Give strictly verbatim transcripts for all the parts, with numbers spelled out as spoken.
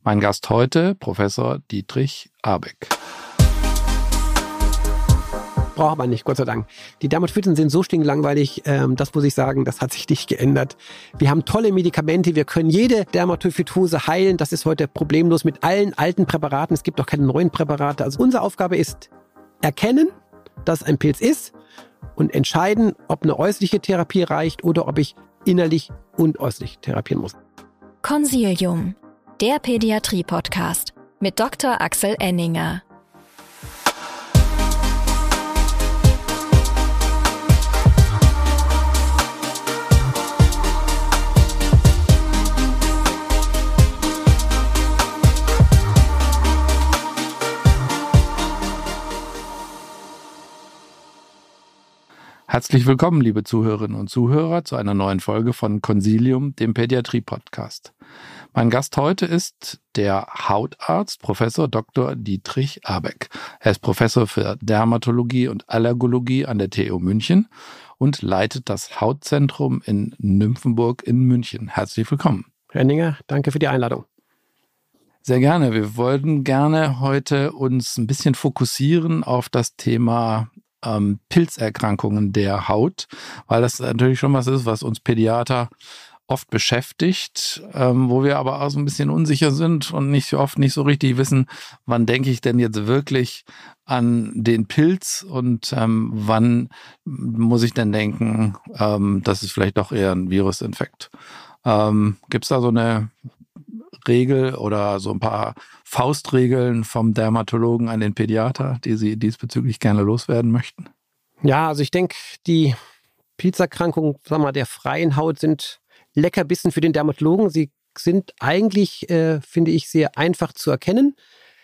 Mein Gast heute, Professor Dietrich Abeck. Braucht man nicht, Gott sei Dank. Die Dermatophyten sind so stinklangweilig, ähm, das muss ich sagen, das hat sich nicht geändert. Wir haben tolle Medikamente, wir können jede Dermatophytose heilen. Das ist heute problemlos mit allen alten Präparaten. Es gibt auch keine neuen Präparate. Also unsere Aufgabe ist, erkennen, dass es ein Pilz ist und entscheiden, ob eine äußerliche Therapie reicht oder ob ich innerlich und äußerlich therapieren muss. Consilium, der Pädiatrie-Podcast mit Doktor Axel Enninger. Herzlich willkommen, liebe Zuhörerinnen und Zuhörer, zu einer neuen Folge von Consilium, dem Pädiatrie-Podcast. Mein Gast heute ist der Hautarzt, Professor Doktor Dietrich Abeck. Er ist Professor für Dermatologie und Allergologie an der T U München und leitet das Hautzentrum in Nymphenburg in München. Herzlich willkommen. Herr Enninger, danke für die Einladung. Sehr gerne. Wir wollten gerne heute uns ein bisschen fokussieren auf das Thema Ähm, Pilzerkrankungen der Haut, weil das natürlich schon was ist, was uns Pädiater oft beschäftigt, ähm, wo wir aber auch so ein bisschen unsicher sind und nicht so oft nicht so richtig wissen, wann denke ich denn jetzt wirklich an den Pilz und ähm, wann muss ich denn denken, ähm, das ist vielleicht doch eher ein Virusinfekt. Ähm, gibt es da so eine Regel oder so ein paar Faustregeln vom Dermatologen an den Pädiater, die Sie diesbezüglich gerne loswerden möchten? Ja, also ich denke, die Pilzerkrankungen, sagen wir mal, der freien Haut sind Leckerbissen für den Dermatologen. Sie sind eigentlich, äh, finde ich, sehr einfach zu erkennen.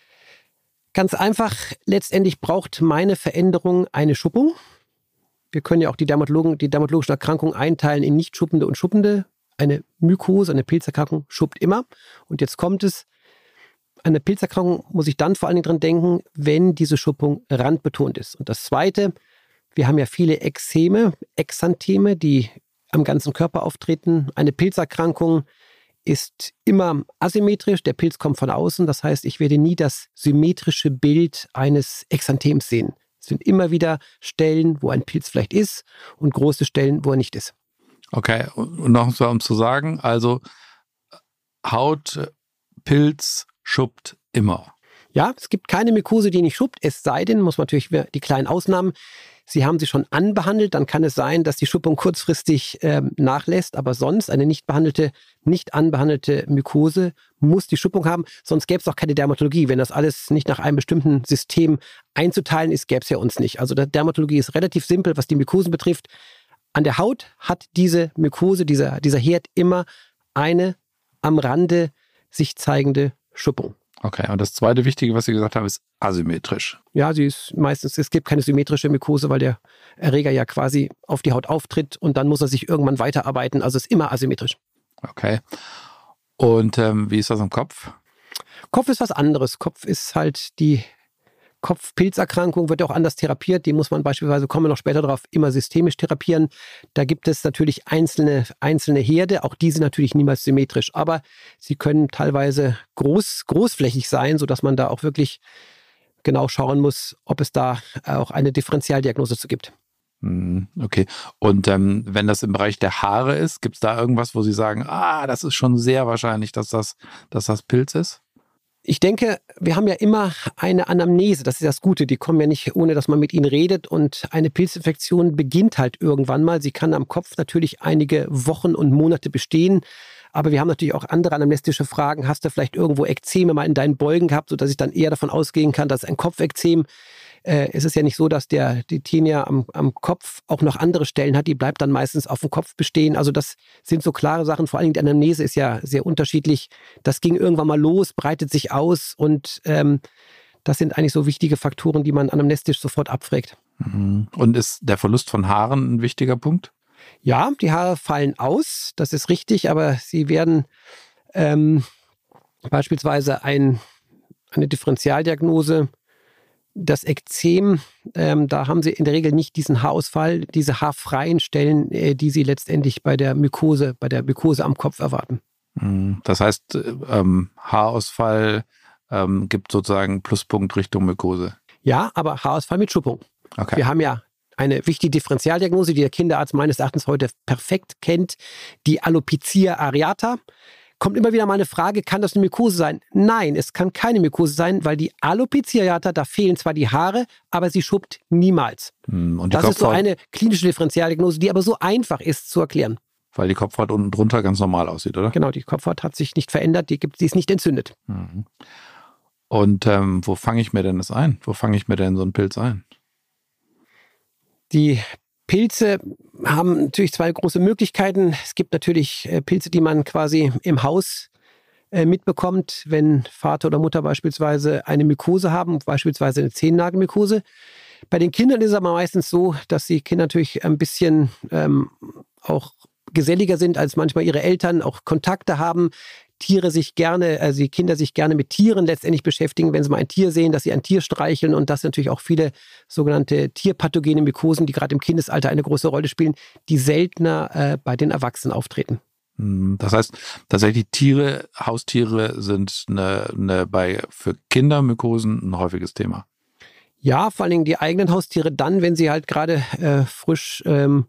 Ganz einfach, letztendlich braucht meine Veränderung eine Schuppung. Wir können ja auch die Dermatologen, die dermatologischen Erkrankungen einteilen in nicht schuppende und schuppende. Eine Mykose, eine Pilzerkrankung schuppt immer. Und jetzt kommt es, eine Pilzerkrankung muss ich dann vor allen Dingen dran denken, wenn diese Schuppung randbetont ist. Und das Zweite, wir haben ja viele Ekzeme, Exantheme, die am ganzen Körper auftreten. Eine Pilzerkrankung ist immer asymmetrisch, der Pilz kommt von außen. Das heißt, ich werde nie das symmetrische Bild eines Exanthems sehen. Es sind immer wieder Stellen, wo ein Pilz vielleicht ist und große Stellen, wo er nicht ist. Okay, und noch so um zu sagen, also Haut, Pilz schuppt immer. Ja, es gibt keine Mykose, die nicht schuppt, es sei denn, muss man natürlich die kleinen Ausnahmen, Sie haben sie schon anbehandelt, dann kann es sein, dass die Schuppung kurzfristig ähm, nachlässt, aber sonst eine nicht behandelte, nicht anbehandelte Mykose muss die Schuppung haben, sonst gäbe es auch keine Dermatologie. Wenn das alles nicht nach einem bestimmten System einzuteilen ist, gäbe es ja uns nicht. Also die Dermatologie ist relativ simpel, was die Mykosen betrifft. An der Haut hat diese Mykose, dieser, dieser Herd immer eine am Rande sich zeigende Schuppung. Okay, und das zweite Wichtige, was Sie gesagt haben, ist asymmetrisch. Ja, sie ist meistens, es gibt keine symmetrische Mykose, weil der Erreger ja quasi auf die Haut auftritt und dann muss er sich irgendwann weiterarbeiten. Also es ist immer asymmetrisch. Okay. Und ähm, wie ist das am Kopf? Kopf ist was anderes. Kopf ist halt die Kopfpilzerkrankung, wird auch anders therapiert. Die muss man beispielsweise, kommen wir noch später drauf, immer systemisch therapieren. Da gibt es natürlich einzelne, einzelne Herde, auch diese natürlich niemals symmetrisch. Aber sie können teilweise groß, großflächig sein, sodass man da auch wirklich genau schauen muss, ob es da auch eine Differentialdiagnose zu gibt. Okay. Und ähm, wenn das im Bereich der Haare ist, gibt es da irgendwas, wo Sie sagen, ah, das ist schon sehr wahrscheinlich, dass das, dass das Pilz ist? Ich denke, wir haben ja immer eine Anamnese, das ist das Gute, die kommen ja nicht, ohne dass man mit ihnen redet und eine Pilzinfektion beginnt halt irgendwann mal. Sie kann am Kopf natürlich einige Wochen und Monate bestehen, aber wir haben natürlich auch andere anamnestische Fragen. Hast du vielleicht irgendwo Ekzeme mal in deinen Beugen gehabt, sodass ich dann eher davon ausgehen kann, dass ein Kopfekzem, äh, es ist ja nicht so, dass der, die Tinea am, am Kopf auch noch andere Stellen hat, die bleibt dann meistens auf dem Kopf bestehen. Also das sind so klare Sachen, vor allem die Anamnese ist ja sehr unterschiedlich. Das ging irgendwann mal los, breitet sich aus und ähm, das sind eigentlich so wichtige Faktoren, die man anamnestisch sofort abfragt. Und ist der Verlust von Haaren ein wichtiger Punkt? Ja, die Haare fallen aus, das ist richtig, aber sie werden ähm, beispielsweise ein, eine Differentialdiagnose, das Ekzem, ähm, da haben sie in der Regel nicht diesen Haarausfall, diese haarfreien Stellen, äh, die sie letztendlich bei der Mykose, bei der Mykose am Kopf erwarten. Das heißt, ähm, Haarausfall ähm, gibt sozusagen Pluspunkt Richtung Mykose. Ja, aber Haarausfall mit Schuppung. Okay. Wir haben ja eine wichtige Differentialdiagnose, die der Kinderarzt meines Erachtens heute perfekt kennt, die Alopecia areata. Kommt immer wieder mal eine Frage, kann das eine Mykose sein? Nein, es kann keine Mykose sein, weil die Alopecia areata, da fehlen zwar die Haare, aber sie schuppt niemals. Und die das Kopfhaut, ist so eine klinische Differentialdiagnose, die aber so einfach ist zu erklären. Weil die Kopfhaut unten drunter ganz normal aussieht, oder? Genau, die Kopfhaut hat sich nicht verändert, die, gibt, die ist nicht entzündet. Mhm. Und ähm, wo fange ich mir denn das ein? Wo fange ich mir denn so einen Pilz ein? Die Pilze haben natürlich zwei große Möglichkeiten. Es gibt natürlich äh, Pilze, die man quasi im Haus äh, mitbekommt, wenn Vater oder Mutter beispielsweise eine Mykose haben, beispielsweise eine Zehennagelmykose. Bei den Kindern ist es aber meistens so, dass die Kinder natürlich ein bisschen ähm, auch geselliger sind als manchmal ihre Eltern, auch Kontakte haben, Tiere sich gerne, also die Kinder sich gerne mit Tieren letztendlich beschäftigen, wenn sie mal ein Tier sehen, dass sie ein Tier streicheln und das natürlich auch viele sogenannte tierpathogene Mykosen, die gerade im Kindesalter eine große Rolle spielen, die seltener äh, bei den Erwachsenen auftreten. Das heißt, tatsächlich Tiere, Haustiere sind eine, eine bei für Kinder Mykosen ein häufiges Thema. Ja, vor allen Dingen die eigenen Haustiere dann, wenn sie halt gerade äh, frisch ähm,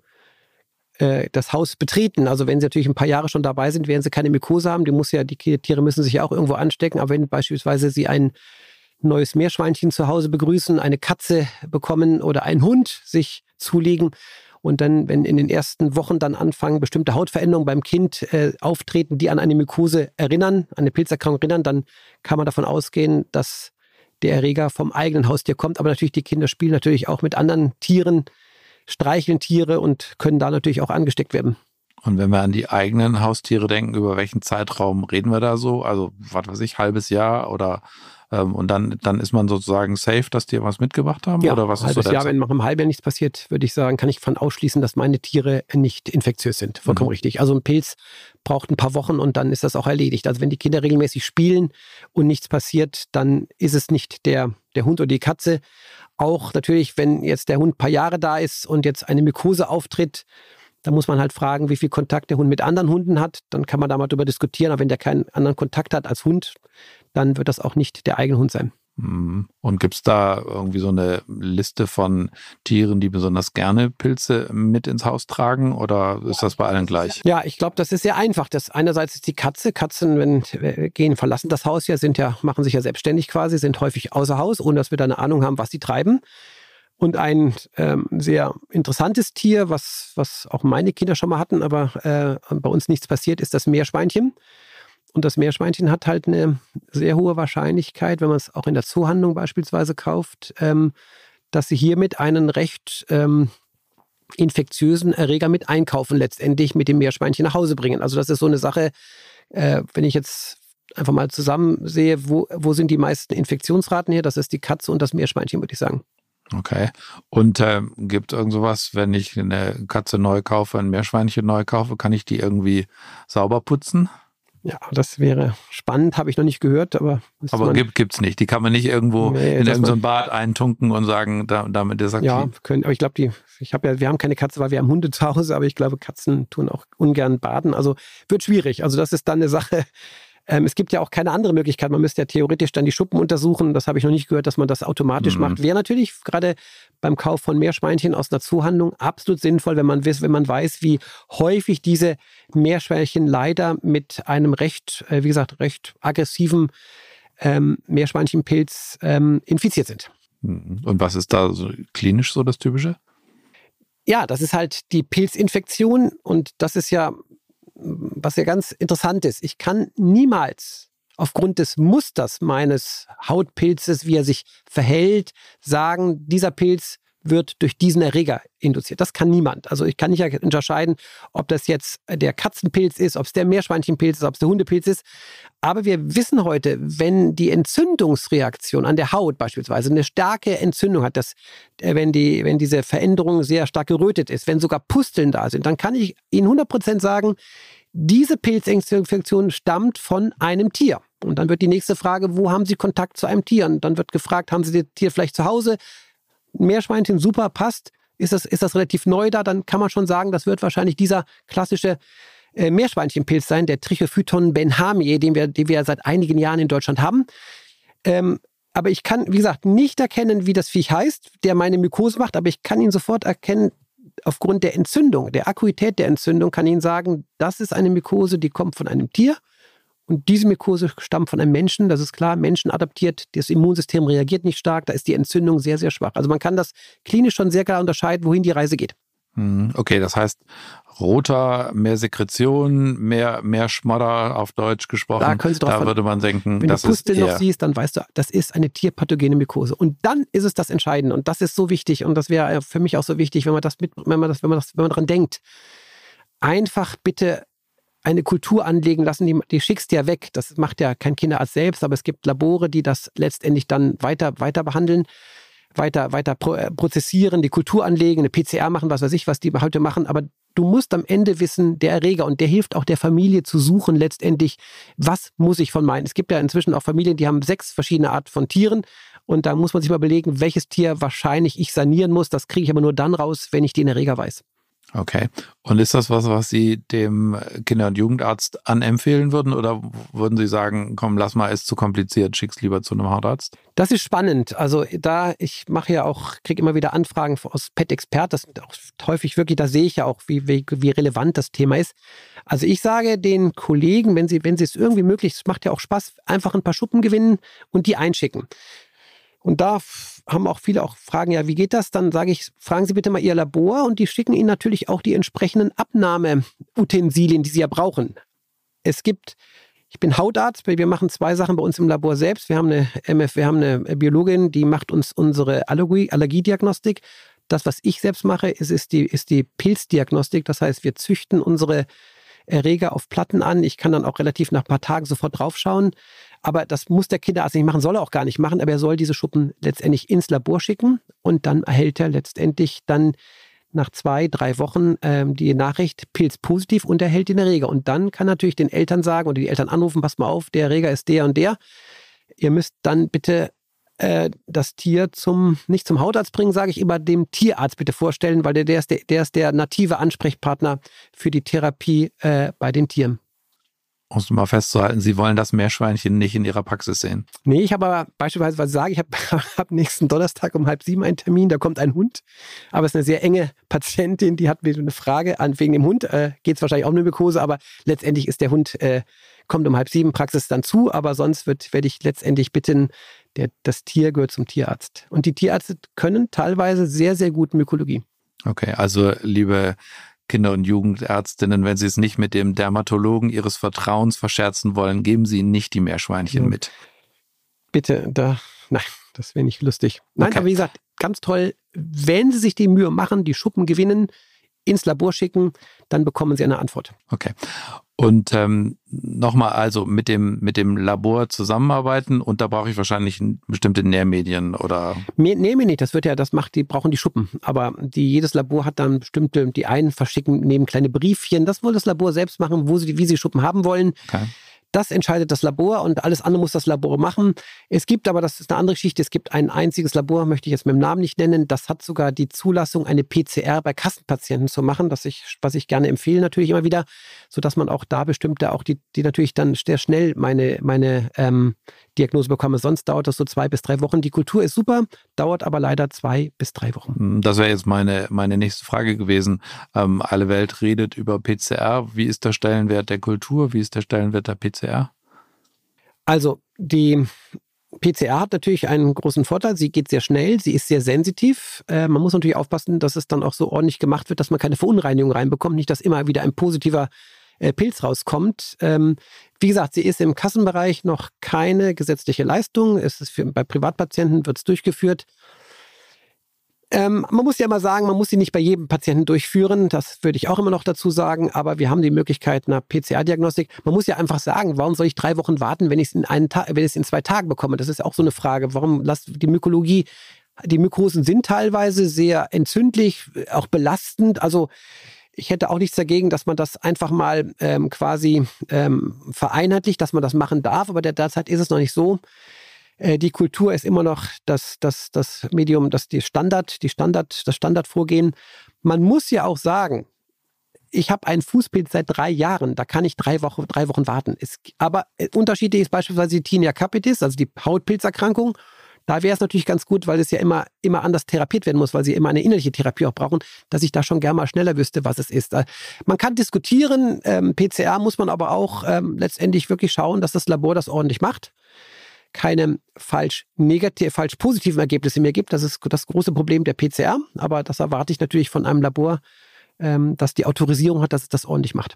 das Haus betreten. Also wenn sie natürlich ein paar Jahre schon dabei sind, werden sie keine Mykose haben. Die muss ja, die Tiere müssen sich ja auch irgendwo anstecken. Aber wenn beispielsweise sie ein neues Meerschweinchen zu Hause begrüßen, eine Katze bekommen oder einen Hund sich zulegen und dann, wenn in den ersten Wochen dann anfangen, bestimmte Hautveränderungen beim Kind äh, auftreten, die an eine Mykose erinnern, an eine Pilzerkrankung erinnern, dann kann man davon ausgehen, dass der Erreger vom eigenen Haustier kommt. Aber natürlich, die Kinder spielen natürlich auch mit anderen Tieren, streicheln Tiere und können da natürlich auch angesteckt werden. Und wenn wir an die eigenen Haustiere denken, über welchen Zeitraum reden wir da so? Also, was weiß ich, halbes Jahr oder ähm, und dann, dann ist man sozusagen safe, dass die was mitgebracht haben? Ja, oder was halbes ist so der Jahr, wenn nach einem halben Jahr nichts passiert, würde ich sagen, kann ich davon ausschließen, dass meine Tiere nicht infektiös sind. Vollkommen mhm. richtig. Also ein Pilz braucht ein paar Wochen und dann ist das auch erledigt. Also wenn die Kinder regelmäßig spielen und nichts passiert, dann ist es nicht der, der Hund oder die Katze. Auch natürlich, wenn jetzt der Hund ein paar Jahre da ist und jetzt eine Mykose auftritt, da muss man halt fragen, wie viel Kontakt der Hund mit anderen Hunden hat. Dann kann man da mal drüber diskutieren. Aber wenn der keinen anderen Kontakt hat als Hund, dann wird das auch nicht der eigene Hund sein. Und gibt es da irgendwie so eine Liste von Tieren, die besonders gerne Pilze mit ins Haus tragen oder ist das bei allen gleich? Ja, ich glaube, das ist sehr einfach. Das einerseits ist die Katze. Katzen, wenn äh, gehen, verlassen das Haus ja, sind ja, machen sich ja selbstständig quasi, sind häufig außer Haus, ohne dass wir da eine Ahnung haben, was sie treiben. Und ein ähm, sehr interessantes Tier, was, was auch meine Kinder schon mal hatten, aber äh, bei uns nichts passiert, ist das Meerschweinchen. Und das Meerschweinchen hat halt eine sehr hohe Wahrscheinlichkeit, wenn man es auch in der Zoohandlung beispielsweise kauft, ähm, dass sie hiermit einen recht ähm, infektiösen Erreger mit einkaufen, letztendlich mit dem Meerschweinchen nach Hause bringen. Also das ist so eine Sache, äh, wenn ich jetzt einfach mal zusammen sehe, wo, wo sind die meisten Infektionsraten her, das ist die Katze und das Meerschweinchen, würde ich sagen. Okay. Und äh, gibt es irgend sowas, wenn ich eine Katze neu kaufe, ein Meerschweinchen neu kaufe, kann ich die irgendwie sauber putzen? Ja, das wäre spannend, habe ich noch nicht gehört, aber... Aber gibt es nicht. Die kann man nicht irgendwo nee, in irgendein so Bad eintunken und sagen, da, damit ist aktiv. Ja, können, aber ich glaube, die, ich habe ja, wir haben keine Katze, weil wir haben Hunde zu Hause, aber ich glaube, Katzen tun auch ungern baden. Also wird schwierig. Also das ist dann eine Sache. Ähm, es gibt ja auch keine andere Möglichkeit. Man müsste ja theoretisch dann die Schuppen untersuchen. Das habe ich noch nicht gehört, dass man das automatisch mhm. macht. Wäre natürlich gerade beim Kauf von Meerschweinchen aus einer Zoohandlung absolut sinnvoll, wenn man, wenn man weiß, wie häufig diese Meerschweinchen leider mit einem recht, äh, wie gesagt, recht aggressiven ähm, Meerschweinchenpilz ähm, infiziert sind. Und was ist da so klinisch so das Typische? Ja, das ist halt die Pilzinfektion und das ist ja was ja ganz interessant ist, ich kann niemals aufgrund des Musters meines Hautpilzes, wie er sich verhält, sagen, dieser Pilz wird durch diesen Erreger induziert. Das kann niemand. Also ich kann nicht unterscheiden, ob das jetzt der Katzenpilz ist, ob es der Meerschweinchenpilz ist, ob es der Hundepilz ist. Aber wir wissen heute, wenn die Entzündungsreaktion an der Haut beispielsweise eine starke Entzündung hat, dass, wenn, die, wenn diese Veränderung sehr stark gerötet ist, wenn sogar Pusteln da sind, dann kann ich Ihnen hundert Prozent sagen, diese Pilzinfektion stammt von einem Tier. Und dann wird die nächste Frage, wo haben Sie Kontakt zu einem Tier? Und dann wird gefragt, haben Sie das Tier vielleicht zu Hause? Meerschweinchen, super, passt. Ist das, ist das relativ neu da? Dann kann man schon sagen, das wird wahrscheinlich dieser klassische äh, Meerschweinchenpilz sein, der Trichophyton benhamie, den wir, den wir seit einigen Jahren in Deutschland haben. Ähm, aber ich kann, wie gesagt, nicht erkennen, wie das Viech heißt, der meine Mykose macht, aber ich kann ihn sofort erkennen, aufgrund der Entzündung, der Akuität der Entzündung, kann ich Ihnen sagen, das ist eine Mykose, die kommt von einem Tier. Und diese Mykose stammt von einem Menschen, das ist klar, Menschen adaptiert, das Immunsystem reagiert nicht stark, da ist die Entzündung sehr, sehr schwach. Also man kann das klinisch schon sehr klar unterscheiden, wohin die Reise geht. Okay, das heißt, roter, mehr Sekretion, mehr, mehr Schmodder auf Deutsch gesprochen. Da, können Sie drauf da würde man denken, wenn das du Pusteln ist eher noch siehst, dann weißt du, das ist eine tierpathogene Mykose. Und dann ist es das Entscheidende. Und das ist so wichtig. Und das wäre für mich auch so wichtig, wenn man das mit, wenn man das, wenn man das, wenn man dran denkt. Einfach bitte eine Kultur anlegen lassen, die, die schickst du ja weg. Das macht ja kein Kinderarzt selbst, aber es gibt Labore, die das letztendlich dann weiter, weiter behandeln, weiter, weiter pro, äh, prozessieren, die Kultur anlegen, eine P C R machen, was weiß ich, was die heute machen. Aber du musst am Ende wissen, der Erreger, und der hilft auch der Familie zu suchen letztendlich, was muss ich von meinen. Es gibt ja inzwischen auch Familien, die haben sechs verschiedene Arten von Tieren. Und da muss man sich mal überlegen, welches Tier wahrscheinlich ich sanieren muss. Das kriege ich aber nur dann raus, wenn ich den Erreger weiß. Okay. Und ist das was, was Sie dem Kinder- und Jugendarzt anempfehlen würden? Oder würden Sie sagen, komm, lass mal, ist zu kompliziert, schick's lieber zu einem Hautarzt? Das ist spannend. Also da, ich mache ja auch, kriege immer wieder Anfragen aus Pet Expert. Das sind auch häufig wirklich, da sehe ich ja auch, wie, wie, wie relevant das Thema ist. Also ich sage den Kollegen, wenn sie, wenn sie es irgendwie möglich, es macht ja auch Spaß, einfach ein paar Schuppen gewinnen und die einschicken. Und da haben auch viele auch Fragen, ja, wie geht das? Dann sage ich, fragen Sie bitte mal Ihr Labor, und die schicken Ihnen natürlich auch die entsprechenden Abnahmeutensilien, die Sie ja brauchen. Es gibt, ich bin Hautarzt, wir machen zwei Sachen bei uns im Labor selbst. Wir haben eine M F, wir haben eine Biologin, die macht uns unsere Allergie, Allergiediagnostik. Das, was ich selbst mache, ist, ist, die, ist die Pilzdiagnostik. Das heißt, wir züchten unsere Erreger auf Platten an. Ich kann dann auch relativ nach ein paar Tagen sofort draufschauen. Aber das muss der Kinderarzt nicht machen, soll er auch gar nicht machen. Aber er soll diese Schuppen letztendlich ins Labor schicken, und dann erhält er letztendlich dann nach zwei, drei Wochen ähm, die Nachricht, Pilz positiv, und erhält den Erreger. Und dann kann natürlich den Eltern sagen oder die Eltern anrufen, pass mal auf, der Erreger ist der und der. Ihr müsst dann bitte äh, das Tier zum, nicht zum Hautarzt bringen, sage ich immer, dem Tierarzt bitte vorstellen, weil der, der, ist, der, der ist der native Ansprechpartner für die Therapie äh, bei den Tieren. Um es mal festzuhalten, Sie wollen das Meerschweinchen nicht in Ihrer Praxis sehen. Nee, ich habe aber beispielsweise, was ich sage, ich habe hab nächsten Donnerstag um halb sieben einen Termin, da kommt ein Hund, aber es ist eine sehr enge Patientin, die hat mir eine Frage an, wegen dem Hund, äh, geht es wahrscheinlich auch um eine Mykose, aber letztendlich ist der Hund, äh, kommt um halb sieben Praxis dann zu, aber sonst wird, werde ich letztendlich bitten, der, das Tier gehört zum Tierarzt. Und die Tierärzte können teilweise sehr, sehr gut Mykologie. Okay, also liebe Kinder- und Jugendärztinnen, wenn Sie es nicht mit dem Dermatologen Ihres Vertrauens verscherzen wollen, geben Sie ihnen nicht die Meerschweinchen ja. mit. Bitte, da, nein, das wäre nicht lustig. Nein, okay. Aber wie gesagt, ganz toll, wenn Sie sich die Mühe machen, die Schuppen gewinnen, ins Labor schicken, dann bekommen Sie eine Antwort. Okay. Und ähm, nochmal, also mit dem, mit dem Labor zusammenarbeiten, und da brauche ich wahrscheinlich bestimmte Nährmedien oder? Nee, nee, nicht. Das wird ja, das macht, die brauchen die Schuppen. Aber die, jedes Labor hat dann bestimmte, die einen verschicken neben kleine Briefchen. Das will das Labor selbst machen, wo sie, wie sie Schuppen haben wollen. Okay. Das entscheidet das Labor, und alles andere muss das Labor machen. Es gibt aber, das ist eine andere Geschichte, es gibt ein einziges Labor, möchte ich jetzt mit dem Namen nicht nennen, das hat sogar die Zulassung, eine P C R bei Kassenpatienten zu machen, das ich, was ich gerne empfehle natürlich immer wieder, sodass man auch da bestimmte, auch die, die natürlich dann sehr schnell meine, meine ähm, Diagnose bekomme. Sonst dauert das so zwei bis drei Wochen. Die Kultur ist super, dauert aber leider zwei bis drei Wochen. Das wäre jetzt meine, meine nächste Frage gewesen. Ähm, alle Welt redet über P C R. Wie ist der Stellenwert der Kultur? Wie ist der Stellenwert der P C R? Also die P C R hat natürlich einen großen Vorteil. Sie geht sehr schnell, sie ist sehr sensitiv. Äh, man muss natürlich aufpassen, dass es dann auch so ordentlich gemacht wird, dass man keine Verunreinigung reinbekommt. Nicht, dass immer wieder ein positiver äh, Pilz rauskommt. Ähm, wie gesagt, sie ist im Kassenbereich noch keine gesetzliche Leistung. Es ist für, bei Privatpatienten wird es durchgeführt. Ähm, man muss ja immer sagen, man muss sie nicht bei jedem Patienten durchführen. Das würde ich auch immer noch dazu sagen. Aber wir haben die Möglichkeit einer P C R-Diagnostik. Man muss ja einfach sagen, warum soll ich drei Wochen warten, wenn ich es in einen Tag, wenn ich es in zwei Tagen bekomme? Das ist auch so eine Frage. Warum lasst die Mykologie? Die Mykosen sind teilweise sehr entzündlich, auch belastend. Also ich hätte auch nichts dagegen, dass man das einfach mal ähm, quasi ähm, vereinheitlicht, dass man das machen darf. Aber derzeit ist es noch nicht so. Die Kultur ist immer noch das, das, das Medium, das die Standard, die Standard, das Standardvorgehen. Man muss ja auch sagen, ich habe einen Fußpilz seit drei Jahren, da kann ich drei Wochen, drei Wochen warten. Es, aber unterschiedlich ist beispielsweise die Tinea capitis, also die Hautpilzerkrankung. Da wäre es natürlich ganz gut, weil es ja immer, immer anders therapiert werden muss, weil sie immer eine innerliche Therapie auch brauchen, dass ich da schon gerne mal schneller wüsste, was es ist. Man kann diskutieren, ähm, P C R muss man aber auch ähm, letztendlich wirklich schauen, dass das Labor das ordentlich macht. Keine falsch negativ, falsch positiven Ergebnisse mehr gibt. Das ist das große Problem der P C R. Aber das erwarte ich natürlich von einem Labor, ähm, das die Autorisierung hat, dass es das ordentlich macht.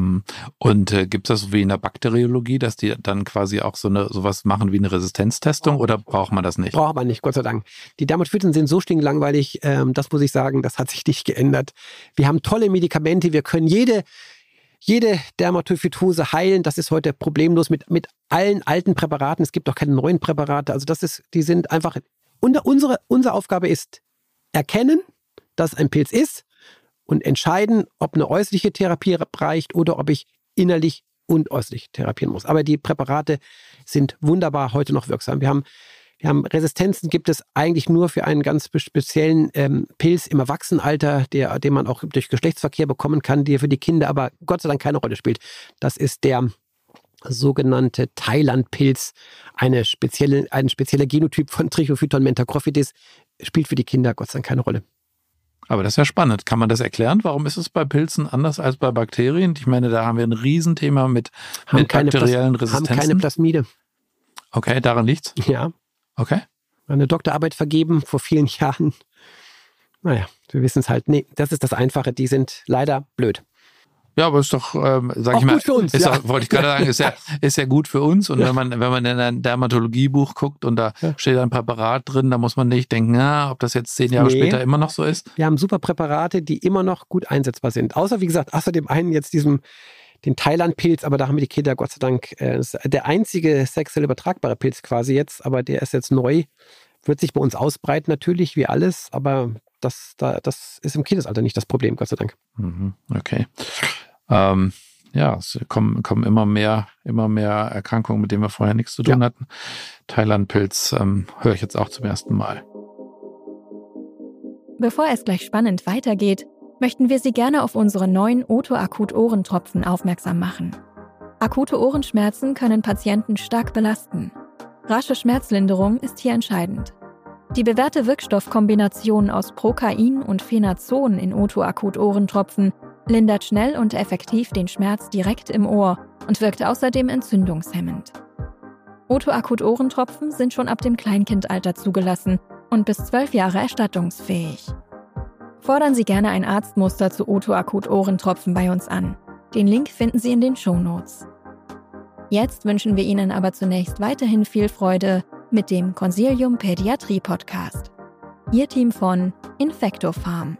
Und äh, gibt es das wie in der Bakteriologie, dass die dann quasi auch so eine sowas machen wie eine Resistenztestung oder braucht man das nicht? Braucht man nicht, Gott sei Dank. Die Dermatophyten sind so stinklangweilig, ähm, das muss ich sagen, das hat sich nicht geändert. Wir haben tolle Medikamente, wir können jede, jede Dermatophytose heilen. Das ist heute problemlos mit, mit allen alten Präparaten. Es gibt auch keine neuen Präparate. Also das ist, die sind einfach, unsere, unsere Aufgabe ist erkennen, dass ein Pilz ist, und entscheiden, ob eine äußerliche Therapie reicht oder ob ich innerlich und äußerlich therapieren muss. Aber die Präparate sind wunderbar heute noch wirksam. Wir haben, wir haben Resistenzen, gibt es eigentlich nur für einen ganz speziellen ähm, Pilz im Erwachsenenalter, der, den man auch durch Geschlechtsverkehr bekommen kann, der für die Kinder aber Gott sei Dank keine Rolle spielt. Das ist der sogenannte Thailand-Pilz, eine spezielle, ein spezieller Genotyp von Trichophyton mentacrophytis, spielt für die Kinder Gott sei Dank keine Rolle. Aber das ist ja spannend. Kann man das erklären? Warum ist es bei Pilzen anders als bei Bakterien? Ich meine, da haben wir ein Riesenthema mit, mit bakteriellen Plas- Resistenzen. Haben keine Plasmide. Okay, daran liegt's? Ja. Okay. Eine Doktorarbeit vergeben vor vielen Jahren. Naja, wir wissen es halt. Nee, das ist das Einfache. Die sind leider blöd. Ja, aber ist doch, ähm, sag auch ich mal, gut für uns, ist ja. auch, wollte ich gerade sagen, ist ja, ist ja gut für uns. Und ja. wenn man, wenn man in ein Dermatologiebuch guckt und da ja. steht ein Präparat drin, da muss man nicht denken, na, ob das jetzt zehn Jahre nee. später immer noch so ist. Wir haben super Präparate, die immer noch gut einsetzbar sind. Außer, wie gesagt, außer dem einen jetzt diesem, den Thailand-Pilz, aber da haben wir die Kinder Gott sei Dank, äh, das ist der einzige sexuell übertragbare Pilz quasi jetzt, aber der ist jetzt neu, wird sich bei uns ausbreiten natürlich, wie alles, aber das, da, das ist im Kindesalter nicht das Problem, Gott sei Dank. Mhm. Okay. Ähm, ja, es kommen, kommen immer mehr, immer mehr Erkrankungen, mit denen wir vorher nichts zu tun ja. hatten. Thailand-Pilz ähm, höre ich jetzt auch zum ersten Mal. Bevor es gleich spannend weitergeht, möchten wir Sie gerne auf unsere neuen Otto-Akut-Ohrentropfen aufmerksam machen. Akute Ohrenschmerzen können Patienten stark belasten. Rasche Schmerzlinderung ist hier entscheidend. Die bewährte Wirkstoffkombination aus Procain und Phenazon in Otto-Akut-Ohrentropfen lindert schnell und effektiv den Schmerz direkt im Ohr und wirkt außerdem entzündungshemmend. Otto-Akut-Ohrentropfen sind schon ab dem Kleinkindalter zugelassen und bis zwölf Jahre erstattungsfähig. Fordern Sie gerne ein Arztmuster zu Otto-Akut-Ohrentropfen bei uns an. Den Link finden Sie in den Shownotes. Jetzt wünschen wir Ihnen aber zunächst weiterhin viel Freude mit dem Consilium Pädiatrie Podcast. Ihr Team von Infectofarm.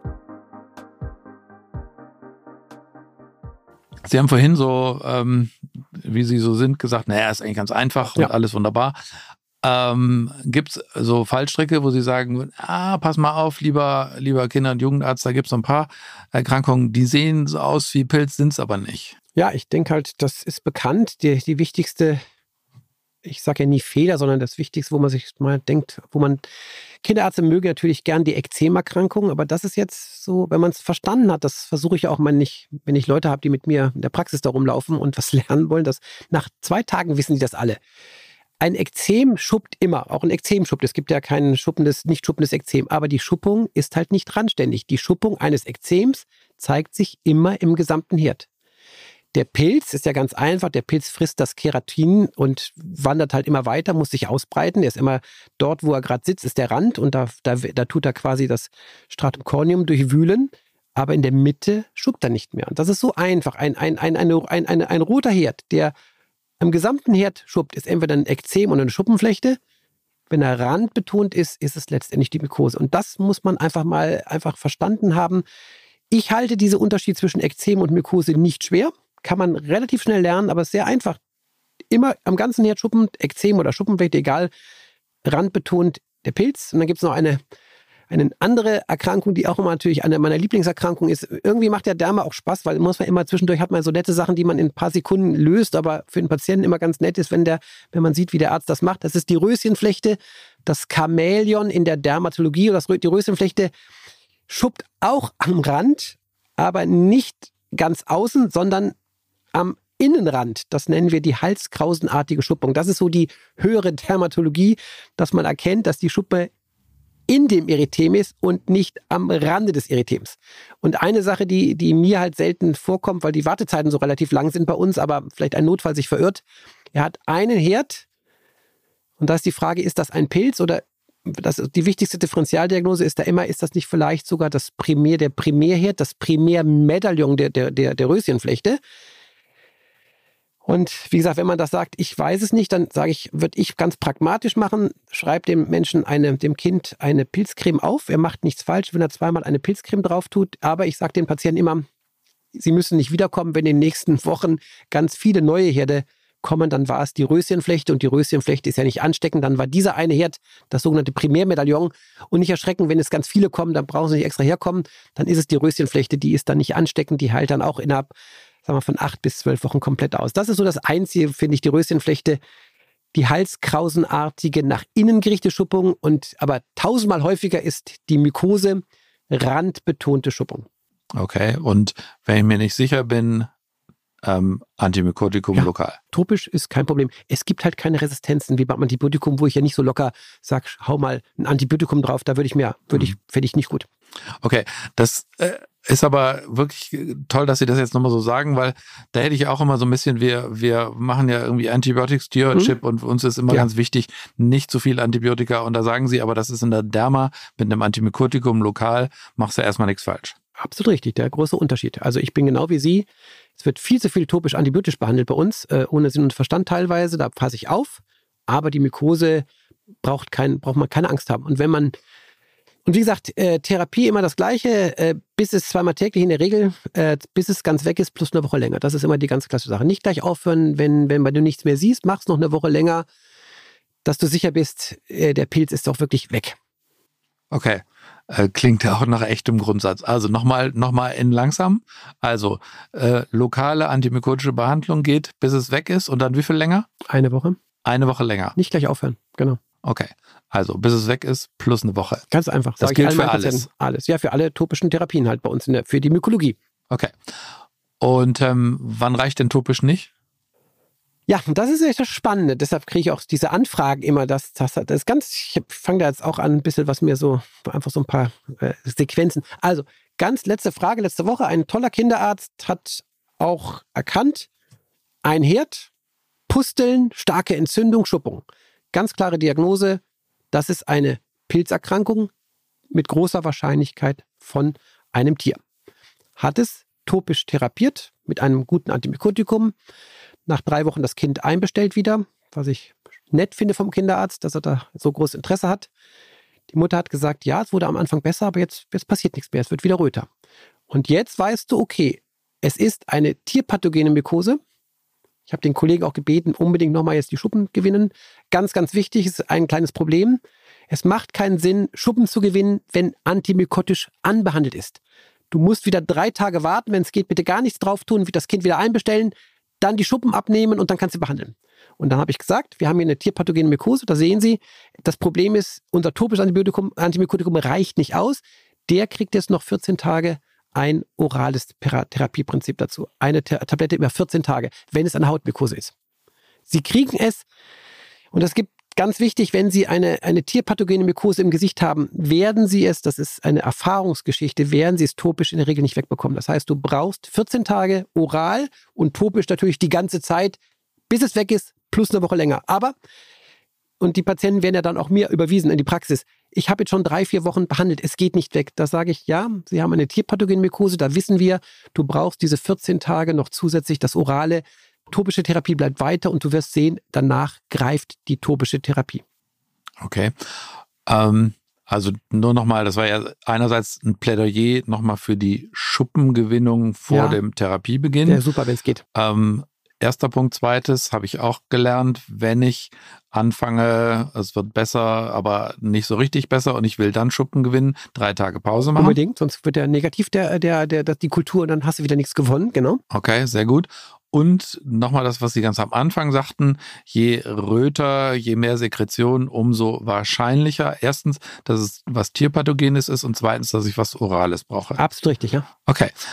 Sie haben vorhin so, ähm, wie Sie so sind, gesagt, naja, ist eigentlich ganz einfach und ja. alles wunderbar. Ähm, gibt es so Fallstricke, wo Sie sagen, ah, pass mal auf, lieber, lieber Kinder- und Jugendarzt, da gibt es so ein paar Erkrankungen, die sehen so aus wie Pilz, sind es aber nicht. Ja, ich denke halt, das ist bekannt. Die, die wichtigste, ich sage ja nie Fehler, sondern das Wichtigste, wo man sich mal denkt, wo man, Kinderärzte mögen natürlich gern die Ekzemerkrankung, aber das ist jetzt so, wenn man es verstanden hat, das versuche ich auch mal nicht, wenn ich Leute habe, die mit mir in der Praxis da rumlaufen und was lernen wollen, dass nach zwei Tagen wissen die das alle. Ein Ekzem schuppt immer, auch ein Ekzem schuppt. Es gibt ja kein schuppendes, nicht schuppendes Ekzem, aber die Schuppung ist halt nicht randständig. Die Schuppung eines Ekzems zeigt sich immer im gesamten Herd. Der Pilz ist ja ganz einfach, der Pilz frisst das Keratin und wandert halt immer weiter, muss sich ausbreiten. Der ist immer dort, wo er gerade sitzt, ist der Rand und da, da, da tut er quasi das Stratum corneum durchwühlen, aber in der Mitte schuppt er nicht mehr. Und das ist so einfach. Ein, ein, ein, ein, ein, ein, ein roter Herd, der am gesamten Herd schuppt, ist entweder ein Ekzem oder eine Schuppenflechte. Wenn er randbetont ist, ist es letztendlich die Mykose. Und das muss man einfach mal einfach verstanden haben. Ich halte diesen Unterschied zwischen Ekzem und Mykose nicht schwer. Kann man relativ schnell lernen, aber es ist sehr einfach. Immer am ganzen Herd schuppend, Ekzem oder Schuppenflechte, egal, randbetont der Pilz. Und dann gibt es noch eine, eine andere Erkrankung, die auch immer natürlich eine meiner Lieblingserkrankungen ist. Irgendwie macht der Derma auch Spaß, weil muss man immer zwischendurch hat man so nette Sachen, die man in ein paar Sekunden löst, aber für den Patienten immer ganz nett ist, wenn der, wenn man sieht, wie der Arzt das macht. Das ist die Röschenflechte, das Chamäleon in der Dermatologie. Das, die Röschenflechte schuppt auch am Rand, aber nicht ganz außen, sondern am Innenrand. Das nennen wir die halskrausenartige Schuppung. Das ist so die höhere Dermatologie, dass man erkennt, dass die Schuppe in dem Erythem ist und nicht am Rande des Erythems. Und eine Sache, die, die mir halt selten vorkommt, weil die Wartezeiten so relativ lang sind bei uns, aber vielleicht ein Notfall sich verirrt. Er hat einen Herd und da ist die Frage, ist das ein Pilz oder das, die wichtigste Differentialdiagnose ist da immer, ist das nicht vielleicht sogar das Primär, der Primärherd, das Primärmedaillon der, der, der, der Röschenflechte? Und wie gesagt, wenn man das sagt, ich weiß es nicht, dann sage ich, würde ich ganz pragmatisch machen, schreibt dem Menschen, eine, dem Kind eine Pilzcreme auf. Er macht nichts falsch, wenn er zweimal eine Pilzcreme drauf tut. Aber ich sage den Patienten immer, sie müssen nicht wiederkommen, wenn in den nächsten Wochen ganz viele neue Herde kommen, dann war es die Röschenflechte und die Röschenflechte ist ja nicht ansteckend. Dann war dieser eine Herd das sogenannte Primärmedaillon und nicht erschrecken, wenn es ganz viele kommen, dann brauchen sie nicht extra herkommen. Dann ist es die Röschenflechte, die ist dann nicht ansteckend, die heilt dann auch innerhalb sagen wir, von acht bis zwölf Wochen komplett aus. Das ist so das Einzige, finde ich, die Röschenflechte, die halskrausenartige, nach innen gerichtete Schuppung und aber tausendmal häufiger ist die Mykose, randbetonte Schuppung. Okay, und wenn ich mir nicht sicher bin, ähm, Antimykotikum ja, lokal. Topisch ist kein Problem. Es gibt halt keine Resistenzen wie beim Antibiotikum, wo ich ja nicht so locker sage, hau mal ein Antibiotikum drauf, da würde ich mir, würde ich, fände ich nicht gut. Okay, das äh, ist aber wirklich toll, dass Sie das jetzt nochmal so sagen, weil da hätte ich auch immer so ein bisschen, wir, wir machen ja irgendwie Antibiotic Stewardship mhm. und für uns ist immer ja. ganz wichtig, nicht zu viel Antibiotika und da sagen Sie, aber das ist in der Derma mit einem Antimykotikum lokal, machst du erstmal nichts falsch. Absolut richtig, der große Unterschied. Also ich bin genau wie Sie, es wird viel zu viel topisch antibiotisch behandelt bei uns, äh, ohne Sinn und Verstand teilweise, da passe ich auf, aber die Mykose braucht, kein, braucht man keine Angst haben. Und wenn man Und wie gesagt, äh, Therapie immer das Gleiche, äh, bis es zweimal täglich in der Regel, äh, bis es ganz weg ist, plus eine Woche länger. Das ist immer die ganz klasse Sache. Nicht gleich aufhören, wenn, wenn du nichts mehr siehst, mach's noch eine Woche länger, dass du sicher bist, äh, der Pilz ist auch wirklich weg. Okay, äh, klingt ja auch nach echtem Grundsatz. Also nochmal noch mal in langsam. Also äh, lokale antimykotische Behandlung geht, bis es weg ist und dann wie viel länger? Eine Woche. Eine Woche länger. Nicht gleich aufhören, genau. Okay, also bis es weg ist, plus eine Woche. Ganz einfach. Das gilt für alles. Alles. Ja, für alle topischen Therapien halt bei uns, in der, für die Mykologie. Okay. Und ähm, wann reicht denn topisch nicht? Ja, das ist echt das Spannende. Deshalb kriege ich auch diese Anfragen immer. Das, das, das ist ganz, ich fange da jetzt auch an, ein bisschen was mir so, einfach so ein paar äh, Sequenzen. Also, ganz letzte Frage, letzte Woche. Ein toller Kinderarzt hat auch erkannt, ein Herd, Pusteln, starke Entzündung, Schuppung. Ganz klare Diagnose, das ist eine Pilzerkrankung mit großer Wahrscheinlichkeit von einem Tier. Hat es topisch therapiert mit einem guten Antibiotikum. Nach drei Wochen das Kind einbestellt wieder, was ich nett finde vom Kinderarzt, dass er da so großes Interesse hat. Die Mutter hat gesagt, ja, es wurde am Anfang besser, aber jetzt, jetzt passiert nichts mehr, es wird wieder röter. Und jetzt weißt du, okay, es ist eine tierpathogene Mykose. Ich habe den Kollegen auch gebeten, unbedingt nochmal jetzt die Schuppen gewinnen. Ganz, ganz wichtig, ist ein kleines Problem. Es macht keinen Sinn, Schuppen zu gewinnen, wenn antimykotisch anbehandelt ist. Du musst wieder drei Tage warten, wenn es geht, bitte gar nichts drauf tun, das Kind wieder einbestellen, dann die Schuppen abnehmen und dann kannst du behandeln. Und dann habe ich gesagt, wir haben hier eine tierpathogene Mykose, da sehen Sie, das Problem ist, unser topisches Antibiotikum, Antimykotikum reicht nicht aus. Der kriegt jetzt noch vierzehn Tage ein orales Therapieprinzip dazu. Eine Tablette über vierzehn Tage, wenn es eine Hautmykose ist. Sie kriegen es, und das gibt ganz wichtig, wenn Sie eine, eine tierpathogene Mykose im Gesicht haben, werden Sie es, das ist eine Erfahrungsgeschichte, werden Sie es topisch in der Regel nicht wegbekommen. Das heißt, du brauchst vierzehn Tage oral und topisch natürlich die ganze Zeit, bis es weg ist, plus eine Woche länger. Aber, und die Patienten werden ja dann auch mir überwiesen in die Praxis, ich habe jetzt schon drei, vier Wochen behandelt, es geht nicht weg. Da sage ich, ja, Sie haben eine tierpathogene Mykose, da wissen wir, du brauchst diese vierzehn Tage noch zusätzlich das orale. Topische Therapie bleibt weiter und du wirst sehen, danach greift die topische Therapie. Okay. Ähm, also nur nochmal, das war ja einerseits ein Plädoyer nochmal für die Schuppengewinnung vor ja. dem Therapiebeginn. Ja, super, wenn es geht. Ähm, erster Punkt. Zweites habe ich auch gelernt, wenn ich anfange, es wird besser, aber nicht so richtig besser und ich will dann Schuppen gewinnen, drei Tage Pause machen. Unbedingt, sonst wird der negativ der, der, der, der, die Kultur und dann hast du wieder nichts gewonnen, genau. Okay, sehr gut. Und nochmal das, was Sie ganz am Anfang sagten, je röter, je mehr Sekretion, umso wahrscheinlicher. Erstens, dass es was Tierpathogenes ist und zweitens, dass ich was Orales brauche. Absolut richtig, ja. Okay.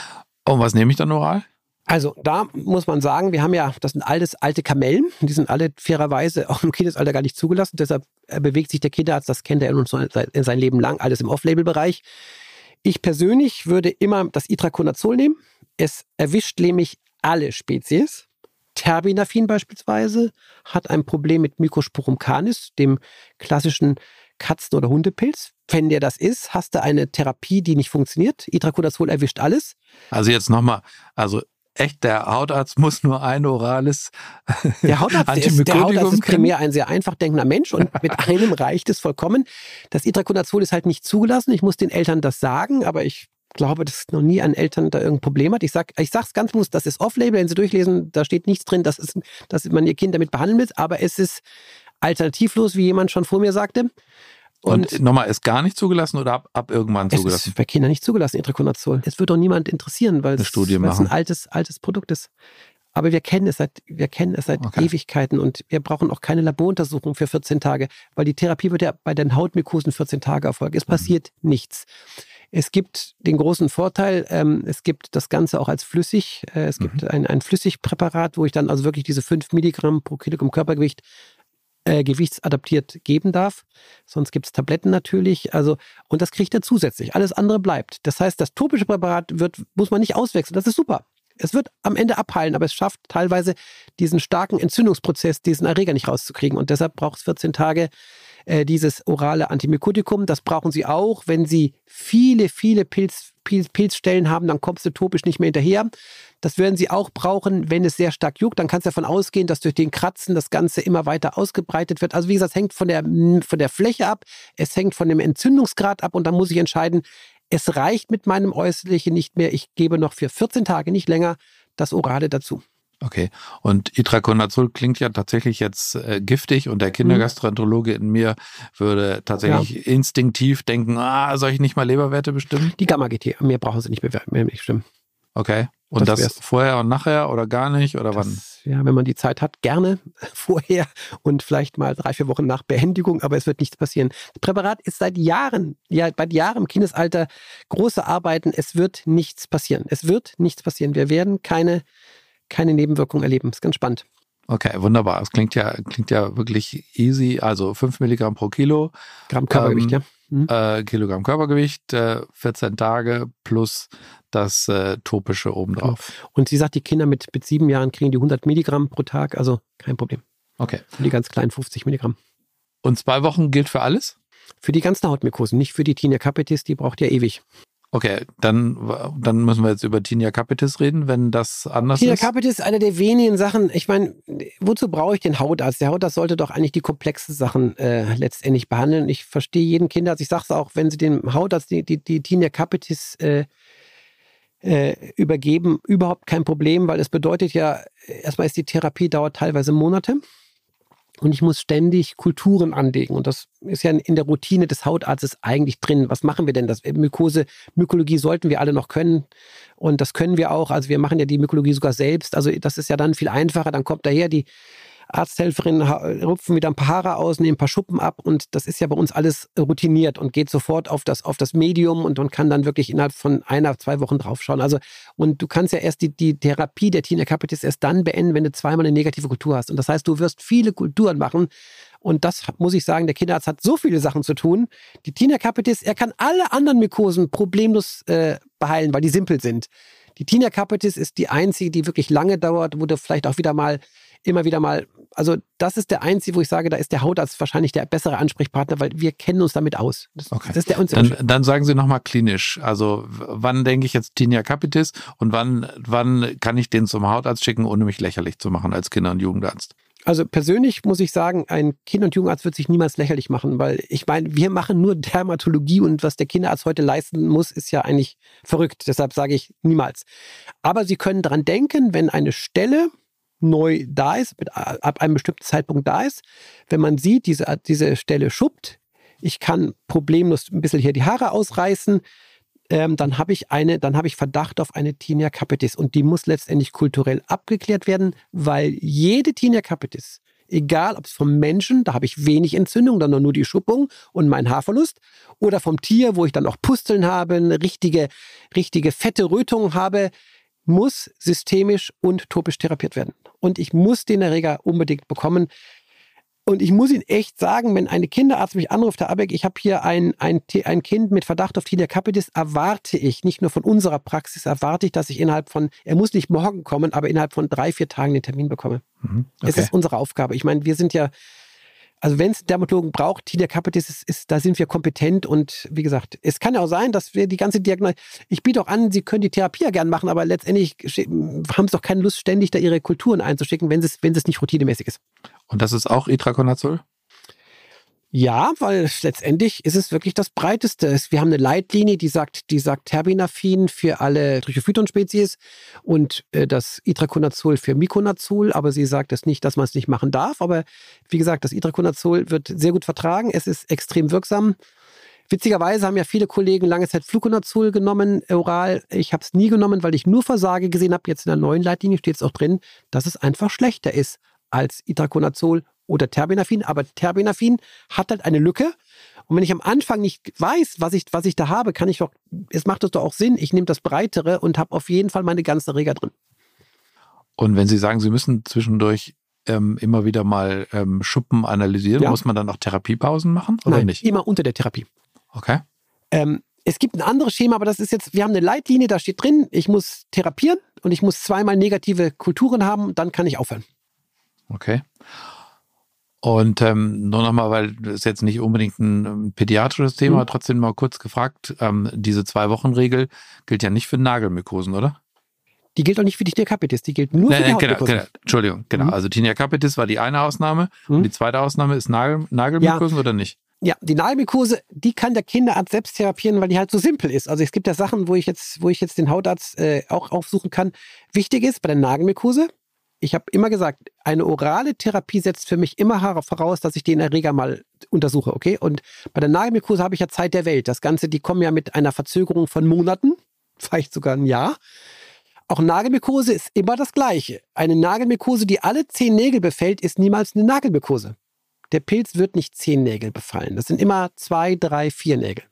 Und was nehme ich dann oral? Also da muss man sagen, wir haben ja, das sind alles alte Kamellen, die sind alle fairerweise auch im Kindesalter gar nicht zugelassen, deshalb bewegt sich der Kinderarzt, das kennt er nun sein Leben lang, alles im Off-Label-Bereich. Ich persönlich würde immer das Itraconazol nehmen. Es erwischt nämlich alle Spezies. Terbinafin beispielsweise hat ein Problem mit Mycosporum canis, dem klassischen Katzen- oder Hundepilz. Wenn der das ist, hast du eine Therapie, die nicht funktioniert. Itraconazol erwischt alles. Also jetzt nochmal, also echt, der Hautarzt muss nur ein orales Der Hautarzt, der ist, der Hautarzt ist primär ein sehr einfach denkender Mensch und mit einem reicht es vollkommen. Das Itraconazol ist halt nicht zugelassen. Ich muss den Eltern das sagen, aber ich glaube, dass noch nie ein Eltern da irgendein Problem hat. Ich sage ich sag's ganz bewusst, das ist Off-Label, wenn Sie durchlesen, da steht nichts drin, dass, es, dass man Ihr Kind damit behandeln will, aber es ist alternativlos, wie jemand schon vor mir sagte. Und, und nochmal, ist gar nicht zugelassen oder ab, ab irgendwann zugelassen? Es ist bei Kindern nicht zugelassen, Itraconazol. Es wird doch niemand interessieren, weil es, weil es ein altes, altes Produkt ist. Aber wir kennen es seit, wir kennen es seit okay. Ewigkeiten und wir brauchen auch keine Laboruntersuchung für vierzehn Tage, weil die Therapie wird ja bei den Hautmykosen vierzehn Tage erfolgen. Es passiert mhm. nichts. Es gibt den großen Vorteil, ähm, es gibt das Ganze auch als flüssig. Äh, es mhm. gibt ein, ein Flüssigpräparat, wo ich dann also wirklich diese fünf Milligramm pro Kilogramm Körpergewicht Äh, gewichtsadaptiert geben darf. Sonst gibt es Tabletten natürlich. Also, und das kriegt er zusätzlich. Alles andere bleibt. Das heißt, das topische Präparat wird, muss man nicht auswechseln. Das ist super. Es wird am Ende abheilen, aber es schafft teilweise diesen starken Entzündungsprozess, diesen Erreger nicht rauszukriegen. Und deshalb braucht es vierzehn Tage äh, dieses orale Antimykotikum. Das brauchen Sie auch, wenn Sie viele, viele Pilz, Pilz, Pilzstellen haben, dann kommst du topisch nicht mehr hinterher. Das werden Sie auch brauchen, wenn es sehr stark juckt. Dann kannst du davon ausgehen, dass durch den Kratzen das Ganze immer weiter ausgebreitet wird. Also wie gesagt, es hängt von der, von der Fläche ab, es hängt von dem Entzündungsgrad ab und dann muss ich entscheiden, es reicht mit meinem Äußerlichen nicht mehr. Ich gebe noch für vierzehn Tage, nicht länger, das Orale dazu. Okay. Und Itraconazol klingt ja tatsächlich jetzt äh, giftig und der Kindergastroenterologe in mir würde tatsächlich ja. instinktiv denken, ah, soll ich nicht mal Leberwerte bestimmen? Die Gamma-G T, mehr brauchen Sie nicht mehr, mehr nicht bestimmen. Okay. Und das, das vorher und nachher oder gar nicht? Oder das, wann? Ja, wenn man die Zeit hat, gerne vorher und vielleicht mal drei, vier Wochen nach Beendigung, aber es wird nichts passieren. Das Präparat ist seit Jahren, ja, seit Jahren im Kindesalter große Arbeiten. Es wird nichts passieren. Es wird nichts passieren. Wir werden keine, keine Nebenwirkungen erleben. Das ist ganz spannend. Okay, wunderbar. Es klingt ja, klingt ja wirklich easy. Also fünf Milligramm pro Kilo. Gramm Körpergewicht, ähm, ja. Mhm. Äh, Kilogramm Körpergewicht, äh, vierzehn Tage plus das äh, topische obendrauf. Und sie sagt, die Kinder mit, mit sieben Jahren kriegen die hundert Milligramm pro Tag, also kein Problem. Okay. Für die ganz kleinen fünfzig Milligramm. Und zwei Wochen gilt für alles? Für die ganzen Hautmykosen, nicht für die Tinea capitis, die braucht ja ewig. Okay, dann, dann müssen wir jetzt über Tinea capitis reden, wenn das anders Tinea ist. Tinea capitis ist eine der wenigen Sachen, ich meine, wozu brauche ich den Hautarzt? Der Hautarzt sollte doch eigentlich die komplexen Sachen äh, letztendlich behandeln. Ich verstehe jeden Kinderarzt, ich sage es auch, wenn Sie dem Hautarzt die, die, die Tinea capitis äh, äh, übergeben, überhaupt kein Problem, weil es bedeutet ja, erstmal ist die Therapie dauert teilweise Monate. Und ich muss ständig Kulturen anlegen. Und das ist ja in der Routine des Hautarztes eigentlich drin. Was machen wir denn? Das Mykose, Mykologie sollten wir alle noch können. Und das können wir auch. Also wir machen ja die Mykologie sogar selbst. Also das ist ja dann viel einfacher. Dann kommt daher die Arzthelferin, rupfen wieder ein paar Haare aus, nehmen ein paar Schuppen ab. Und das ist ja bei uns alles routiniert und geht sofort auf das, auf das Medium und man kann dann wirklich innerhalb von einer, zwei Wochen draufschauen. Also, und du kannst ja erst die, die Therapie der Tinea capitis erst dann beenden, wenn du zweimal eine negative Kultur hast. Und das heißt, du wirst viele Kulturen machen. Und das muss ich sagen, der Kinderarzt hat so viele Sachen zu tun. Die Tinea capitis, er kann alle anderen Mykosen problemlos äh, beheilen, weil die simpel sind. Die Tinea capitis ist die einzige, die wirklich lange dauert, wo du vielleicht auch wieder mal immer wieder mal, also das ist der einzige, wo ich sage, da ist der Hautarzt wahrscheinlich der bessere Ansprechpartner, weil wir kennen uns damit aus. Das, okay. das ist der dann, dann sagen Sie nochmal klinisch, also wann denke ich jetzt Tinea capitis und wann, wann kann ich den zum Hautarzt schicken, ohne mich lächerlich zu machen als Kinder- und Jugendarzt? Also persönlich muss ich sagen, ein Kinder- und Jugendarzt wird sich niemals lächerlich machen, weil ich meine, wir machen nur Dermatologie und was der Kinderarzt heute leisten muss, ist ja eigentlich verrückt. Deshalb sage ich niemals. Aber Sie können dran denken, wenn eine Stelle neu da ist, mit, ab einem bestimmten Zeitpunkt da ist, wenn man sieht, diese, diese Stelle schuppt, ich kann problemlos ein bisschen hier die Haare ausreißen, ähm, dann habe ich eine, dann habe ich Verdacht auf eine Tinea capitis und die muss letztendlich kulturell abgeklärt werden, weil jede Tinea capitis Egal, ob es vom Menschen, da habe ich wenig Entzündung, dann nur die Schuppung und mein Haarverlust, oder vom Tier, wo ich dann auch Pusteln habe, eine richtige, richtige fette Rötung habe, muss systemisch und topisch therapiert werden. Und ich muss den Erreger unbedingt bekommen. Und ich muss Ihnen echt sagen, wenn eine Kinderarzt mich anruft, Herr Abeck, ich habe hier ein, ein, ein Kind mit Verdacht auf Tinea capitis, erwarte ich, nicht nur von unserer Praxis, erwarte ich, dass ich innerhalb von, er muss nicht morgen kommen, aber innerhalb von drei, vier Tagen den Termin bekomme. Mhm, okay. Es ist unsere Aufgabe. Ich meine, wir sind ja, also wenn es Dermatologen braucht, Tinea capitis, ist, ist, da sind wir kompetent und wie gesagt, es kann ja auch sein, dass wir die ganze Diagnose, ich biete auch an, Sie können die Therapie ja gern machen, aber letztendlich haben Sie doch keine Lust, ständig da Ihre Kulturen einzuschicken, wenn es, wenn es nicht routinemäßig ist. Und das ist auch Itraconazol? Ja, weil letztendlich ist es wirklich das Breiteste. Wir haben eine Leitlinie, die sagt, die sagt Terbinafin für alle Trichophyton-Spezies und äh, das Itraconazol für Miconazol, aber sie sagt es nicht, dass man es nicht machen darf. Aber wie gesagt, das Itraconazol wird sehr gut vertragen. Es ist extrem wirksam. Witzigerweise haben ja viele Kollegen lange Zeit Fluconazol genommen, oral. Ich habe es nie genommen, weil ich nur Versage gesehen habe. Jetzt in der neuen Leitlinie steht es auch drin, dass es einfach schlechter ist als Itraconazol oder Terbinafin. Aber Terbinafin hat halt eine Lücke. Und wenn ich am Anfang nicht weiß, was ich, was ich da habe, kann ich doch, es macht es doch auch Sinn, ich nehme das Breitere und habe auf jeden Fall meine ganzen Erreger drin. Und wenn Sie sagen, Sie müssen zwischendurch ähm, immer wieder mal ähm, Schuppen analysieren, ja. muss man dann auch Therapiepausen machen oder Nein, nicht? Immer unter der Therapie. Okay. Ähm, es gibt ein anderes Schema, aber das ist jetzt, wir haben eine Leitlinie, da steht drin, ich muss therapieren und ich muss zweimal negative Kulturen haben, dann kann ich aufhören. Okay. Und ähm, nur nochmal, weil das ist jetzt nicht unbedingt ein, ein pädiatrisches Thema, mhm. trotzdem mal kurz gefragt, ähm, diese Zwei-Wochen-Regel gilt ja nicht für Nagelmykosen, oder? Die gilt auch nicht für die Tinea capitis, die gilt nur nein, für die nein, genau, Hautmykosen. genau, Entschuldigung, genau. Mhm. Also Tinea capitis war die eine Ausnahme mhm. und die zweite Ausnahme ist Nagel, Nagelmykosen ja. oder nicht? Ja, die Nagelmykose, die kann der Kinderarzt selbst therapieren, weil die halt so simpel ist. Also es gibt ja Sachen, wo ich jetzt, wo ich jetzt den Hautarzt äh, auch aufsuchen kann. Wichtig ist bei der Nagelmykose, ich habe immer gesagt, eine orale Therapie setzt für mich immer voraus, dass ich den Erreger mal untersuche, okay? Und bei der Nagelmykose habe ich ja Zeit der Welt. Das Ganze, die kommen ja mit einer Verzögerung von Monaten, vielleicht sogar ein Jahr. Auch Nagelmykose ist immer das Gleiche. Eine Nagelmykose, die alle zehn Nägel befällt, ist niemals eine Nagelmykose. Der Pilz wird nicht zehn Nägel befallen. Das sind immer zwei, drei, vier Nägel.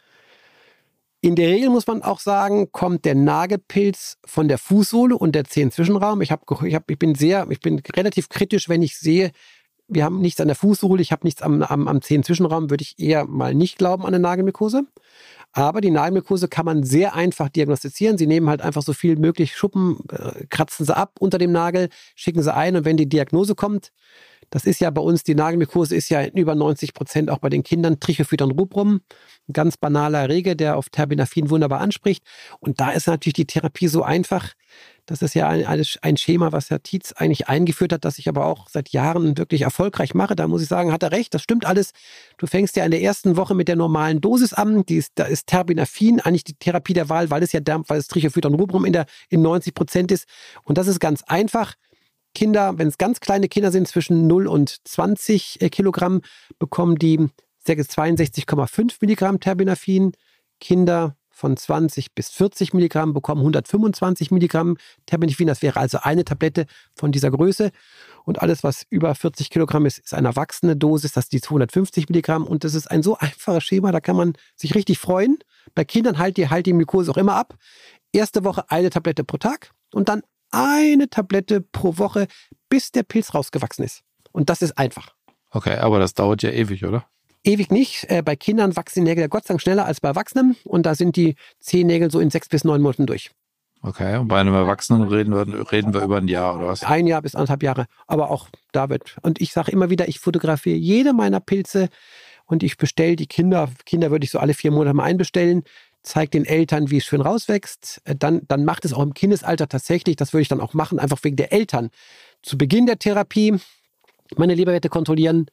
In der Regel muss man auch sagen, kommt der Nagelpilz von der Fußsohle und der Zehenzwischenraum. Ich, hab, ich, hab, ich bin sehr, ich bin relativ kritisch, wenn ich sehe, wir haben nichts an der Fußsohle, ich habe nichts am, am, am Zehenzwischenraum, würde ich eher mal nicht glauben an eine Nagelmykose. Aber die Nagelmykose kann man sehr einfach diagnostizieren. Sie nehmen halt einfach so viel möglich Schuppen, äh, kratzen sie ab unter dem Nagel, schicken sie ein und wenn die Diagnose kommt, das ist ja bei uns, die Nagelmykose ist ja in über neunzig Prozent auch bei den Kindern Trichophyton rubrum. Ein ganz banaler Erreger, der auf Terbinafin wunderbar anspricht. Und da ist natürlich die Therapie so einfach. Das ist ja ein, ein Schema, was Herr Tietz eigentlich eingeführt hat, das ich aber auch seit Jahren wirklich erfolgreich mache. Da muss ich sagen, hat er recht, das stimmt alles. Du fängst ja in der ersten Woche mit der normalen Dosis an. Die ist, da ist Terbinafin eigentlich die Therapie der Wahl, weil es ja weil es Trichophyton rubrum in, der, in neunzig Prozent ist. Und das ist ganz einfach. Kinder, wenn es ganz kleine Kinder sind, zwischen null und zwanzig Kilogramm, bekommen die zweiundsechzig Komma fünf Milligramm Terbinafin. Kinder von zwanzig bis vierzig Milligramm bekommen hundertfünfundzwanzig Milligramm Terbinafin. Das wäre also eine Tablette von dieser Größe. Und alles, was über vierzig Kilogramm ist, ist eine erwachsene Dosis. Das ist die zweihundertfünfzig Milligramm. Und das ist ein so einfaches Schema, da kann man sich richtig freuen. Bei Kindern halt die, halt die Mykose auch immer ab. Erste Woche eine Tablette pro Tag und dann eine Tablette pro Woche, bis der Pilz rausgewachsen ist. Und das ist einfach. Okay, aber das dauert ja ewig, oder? Ewig nicht. Äh, bei Kindern wachsen die Nägel ja Gott sei Dank schneller als bei Erwachsenen. Und da sind die Zehennägel so in sechs bis neun Monaten durch. Okay, und bei einem Erwachsenen reden wir, reden wir über ein Jahr, oder was? Ein Jahr bis anderthalb Jahre. Aber auch da wird. Und ich sage immer wieder, ich fotografiere jede meiner Pilze und ich bestelle die Kinder. Kinder würde ich so alle vier Monate mal einbestellen. Zeigt den Eltern, wie es schön rauswächst. Dann, dann macht es auch im Kindesalter tatsächlich, das würde ich dann auch machen, einfach wegen der Eltern. Zu Beginn der Therapie meine Leberwerte kontrollieren,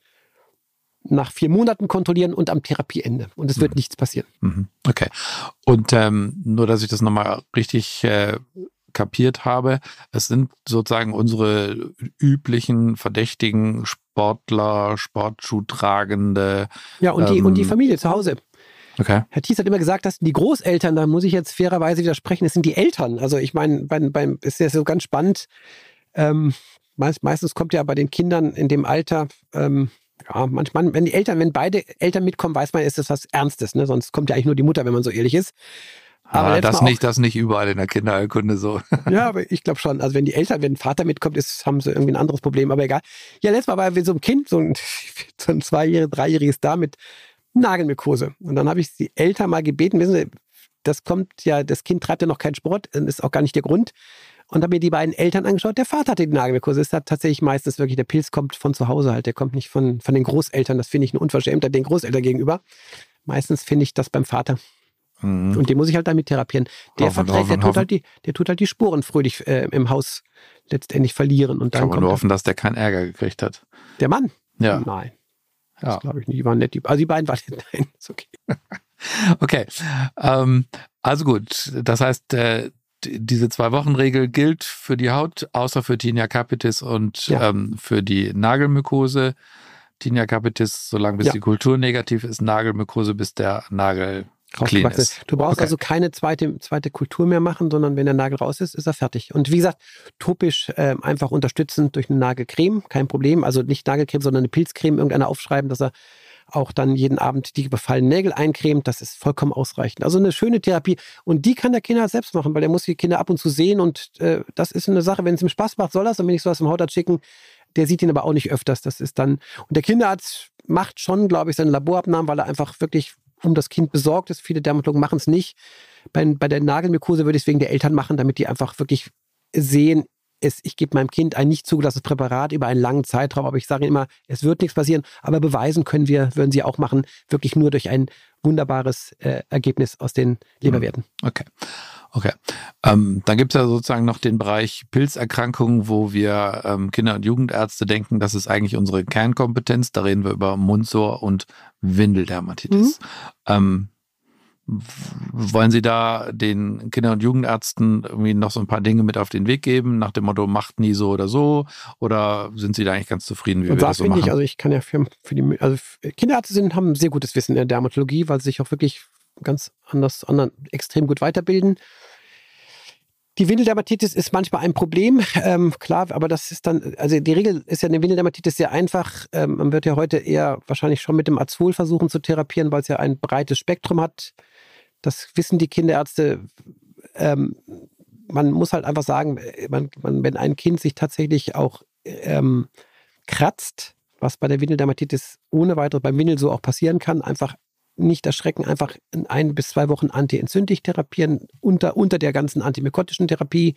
nach vier Monaten kontrollieren und am Therapieende. Und es wird mhm. nichts passieren. Okay. Und ähm, nur, dass ich das nochmal richtig äh, kapiert habe, es sind sozusagen unsere üblichen verdächtigen Sportler, Sportschuhtragende. Ja, und, ähm, die, und die Familie zu Hause. Okay. Herr Tietz hat immer gesagt, dass die Großeltern, da muss ich jetzt fairerweise widersprechen, das sind die Eltern. Also ich meine, beim, beim, ist ja so ganz spannend. Ähm, meist, meistens kommt ja bei den Kindern in dem Alter, ähm, ja, manchmal, wenn die Eltern, wenn beide Eltern mitkommen, weiß man, ist das was Ernstes, ne? Sonst kommt ja eigentlich nur die Mutter, wenn man so ehrlich ist. Aber ah, das nicht, auch, das nicht überall in der Kinderheilkunde so. Ja, aber ich glaube schon. Also wenn die Eltern, wenn ein Vater mitkommt, ist, haben sie irgendwie ein anderes Problem, aber egal. Ja, letztes Mal war wir so ein Kind, so ein, so ein zweijähriges, dreijähriges da mit Nagelmykose. Und dann habe ich die Eltern mal gebeten, wissen Sie, das kommt ja, das Kind treibt ja noch keinen Sport, das ist auch gar nicht der Grund. Und habe mir die beiden Eltern angeschaut, der Vater hatte die Nagelmykose. Es hat tatsächlich meistens wirklich, der Pilz kommt von zu Hause halt, der kommt nicht von, von den Großeltern. Das finde ich eine Unverschämtheit den Großeltern gegenüber. Meistens finde ich das beim Vater. Mhm. Und den muss ich halt damit therapieren. Der hoffen, verträgt, hoffen, der tut halt die, der tut halt die Spuren fröhlich äh, im Haus letztendlich verlieren. Und dann kann man kommt nur hoffen, dass der keinen Ärger gekriegt hat. Der Mann? Ja. Nein. Ja. Das glaube ich nicht. Die waren nett. Also die beiden waren nett. Nein, ist okay. Okay. Ähm, also gut. Das heißt, äh, diese Zwei-Wochen-Regel gilt für die Haut, außer für Tinea capitis und ja. ähm, für die Nagelmykose. Tinea capitis, solange bis ja. die Kultur negativ ist, Nagelmykose, bis der Nagel clean ist. Du brauchst okay. also keine zweite, zweite Kultur mehr machen, sondern wenn der Nagel raus ist, ist er fertig. Und wie gesagt, topisch äh, einfach unterstützend durch eine Nagelcreme, kein Problem. Also nicht Nagelcreme, sondern eine Pilzcreme, irgendeiner aufschreiben, dass er auch dann jeden Abend die befallenen Nägel eincremt. Das ist vollkommen ausreichend. Also eine schöne Therapie. Und die kann der Kinder selbst machen, weil der muss die Kinder ab und zu sehen. Und äh, das ist eine Sache, wenn es ihm Spaß macht, soll das. Und wenn ich sowas vom Hautarzt schicken, der sieht ihn aber auch nicht öfters. Das ist dann, und der Kinderarzt macht schon, glaube ich, seine Laborabnahmen, weil er einfach wirklich um das Kind besorgt ist. Viele Dermatologen machen es nicht. Bei, bei der Nagelmykose würde ich es wegen der Eltern machen, damit die einfach wirklich sehen, es, ich gebe meinem Kind ein nicht zugelassenes Präparat über einen langen Zeitraum, aber ich sage immer, es wird nichts passieren, aber beweisen können wir, würden sie auch machen, wirklich nur durch ein wunderbares äh, Ergebnis aus den Leberwerten. Okay, okay. Ähm, dann gibt es ja sozusagen noch den Bereich Pilzerkrankungen, wo wir ähm, Kinder- und Jugendärzte denken, das ist eigentlich unsere Kernkompetenz. Da reden wir über Mundsår und Windeldermatitis. Mhm. Ähm, Wollen Sie da den Kinder- und Jugendärzten irgendwie noch so ein paar Dinge mit auf den Weg geben, nach dem Motto, macht nie so oder so? Oder sind Sie da eigentlich ganz zufrieden, wie und wir das so machen? Ich, also ich kann ja für, für die, also Kinderärzte sind, haben sehr gutes Wissen in der Dermatologie, weil sie sich auch wirklich ganz anders, anderen, extrem gut weiterbilden. Die Windeldermatitis ist manchmal ein Problem, ähm, klar, aber das ist dann, also die Regel ist ja eine Windeldermatitis sehr einfach. Ähm, man wird ja heute eher wahrscheinlich schon mit dem Azol versuchen zu therapieren, weil es ja ein breites Spektrum hat. Das wissen die Kinderärzte. Ähm, man muss halt einfach sagen, man, man, wenn ein Kind sich tatsächlich auch ähm, kratzt, was bei der Windeldermatitis ohne weiteres beim Windel so auch passieren kann, einfach nicht erschrecken, einfach in ein bis zwei Wochen antientzündlich therapieren, unter, unter der ganzen antimykotischen Therapie.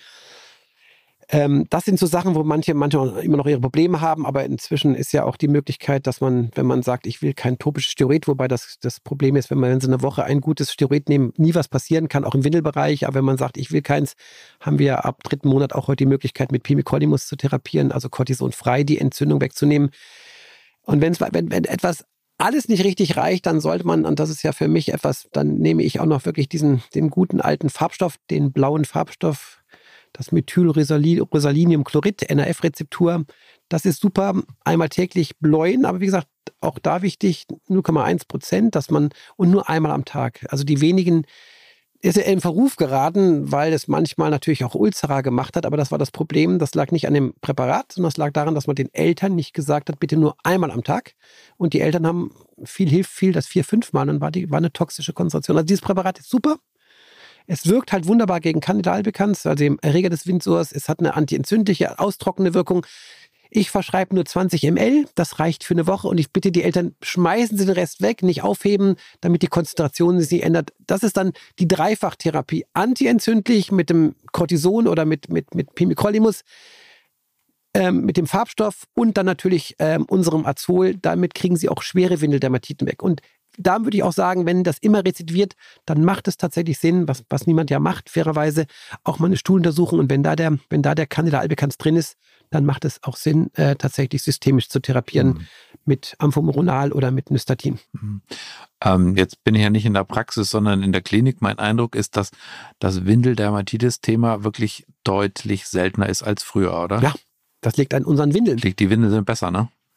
Ähm, das sind so Sachen, wo manche, manche immer noch ihre Probleme haben, aber inzwischen ist ja auch die Möglichkeit, dass man, wenn man sagt, ich will kein topisches Steroid, wobei das, das Problem ist, wenn man in so einer Woche ein gutes Steroid nehmen, nie was passieren kann, auch im Windelbereich, aber wenn man sagt, ich will keins, haben wir ab dritten Monat auch heute die Möglichkeit, mit Pimecrolimus zu therapieren, also cortisonfrei die Entzündung wegzunehmen. Und wenn's, wenn, wenn etwas alles nicht richtig reicht, dann sollte man, und das ist ja für mich etwas, dann nehme ich auch noch wirklich diesen, den guten alten Farbstoff, den blauen Farbstoff, das Methylrosaliniumchlorid, N R F-Rezeptur, das ist super, einmal täglich bläuen, aber wie gesagt, auch da wichtig, null Komma eins Prozent, dass man, und nur einmal am Tag. Also die wenigen, ist ja in Verruf geraten, weil es manchmal natürlich auch Ulzera gemacht hat, aber das war das Problem, das lag nicht an dem Präparat, sondern es lag daran, dass man den Eltern nicht gesagt hat, bitte nur einmal am Tag. Und die Eltern haben, viel hilft viel, das vier, fünf Mal, und war, die, war eine toxische Konzentration. Also dieses Präparat ist super. Es wirkt halt wunderbar gegen Candida albicans, also dem Erreger des Windsors. Es hat eine antientzündliche, austrocknende Wirkung. Ich verschreibe nur zwanzig Milliliter, das reicht für eine Woche, und ich bitte die Eltern, schmeißen Sie den Rest weg, nicht aufheben, damit die Konzentration sich nicht ändert. Das ist dann die Dreifachtherapie. Antientzündlich mit dem Cortison oder mit, mit, mit Pimecrolimus, ähm, mit dem Farbstoff und dann natürlich ähm, unserem Azol. Damit kriegen Sie auch schwere Windeldermatiten weg. Und da würde ich auch sagen, wenn das immer rezidiviert, dann macht es tatsächlich Sinn, was, was niemand ja macht, fairerweise, auch mal eine Stuhluntersuchung. Und wenn da der, wenn da der Candida albicans drin ist, dann macht es auch Sinn, äh, tatsächlich systemisch zu therapieren mhm. mit Amphomoronal oder mit Nystatin. Mhm. Ähm, jetzt bin ich ja nicht in der Praxis, sondern in der Klinik. Mein Eindruck ist, dass das Windeldermatitis-Thema wirklich deutlich seltener ist als früher, oder? Ja, das liegt an unseren Windeln. Liegt, die Windeln sind besser, ne?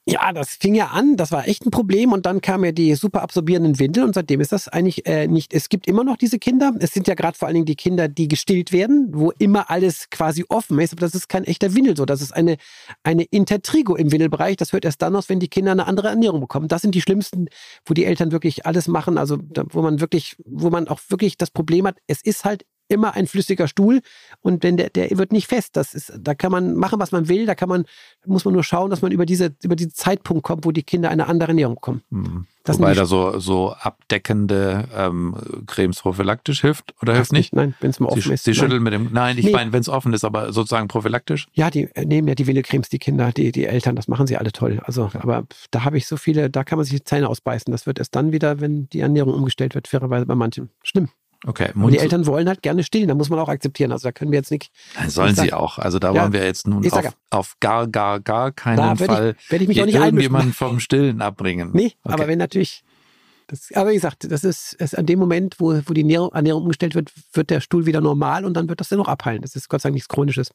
Ja, das fing ja an, das war echt ein Problem und dann kamen ja die super absorbierenden Windeln und seitdem ist das eigentlich äh, nicht, es gibt immer noch diese Kinder, es sind ja gerade vor allen Dingen die Kinder, die gestillt werden, wo immer alles quasi offen ist, aber das ist kein echter Windel so, das ist eine, eine Intertrigo im Windelbereich, das hört erst dann aus, wenn die Kinder eine andere Ernährung bekommen. Das sind die schlimmsten, wo die Eltern wirklich alles machen, also da, wo man wirklich, wo man auch wirklich das Problem hat, es ist halt immer ein flüssiger Stuhl und wenn der, der wird nicht fest. Das ist, da kann man machen, was man will, da kann man, muss man nur schauen, dass man über diese, über diesen Zeitpunkt kommt, wo die Kinder eine andere Ernährung bekommen. Mhm. Wobei da so, so abdeckende ähm, Cremes prophylaktisch hilft oder hilft nicht? Nein, wenn es mal offen Sie, ist. Sie nein. schütteln mit dem, nein, ich Nee. meine, wenn es offen ist, aber sozusagen prophylaktisch? Ja, die äh, nehmen ja die Windelcremes, die Kinder, die, die Eltern, das machen sie alle toll. Also, Ja. aber da habe ich so viele, da kann man sich die Zähne ausbeißen. Das wird erst dann wieder, wenn die Ernährung umgestellt wird, fairerweise bei manchen. Stimmt. Okay. Aber die Eltern wollen halt gerne stillen, da muss man auch akzeptieren. Also da können wir jetzt nicht. Nein, sollen ich sie sag- auch. Also da Ja, wollen wir jetzt nun ich sag auf, auf gar, gar, gar keinen Da werd Fall ich, werd ich mich auch hier nicht einmischen. irgendjemanden vom Stillen abbringen. Nee, Okay. aber wenn natürlich, das, aber wie gesagt, das ist, ist an dem Moment, wo, wo die Ernährung, Ernährung umgestellt wird, wird der Stuhl wieder normal und dann wird das dann noch abheilen. Das ist Gott sei Dank nichts Chronisches.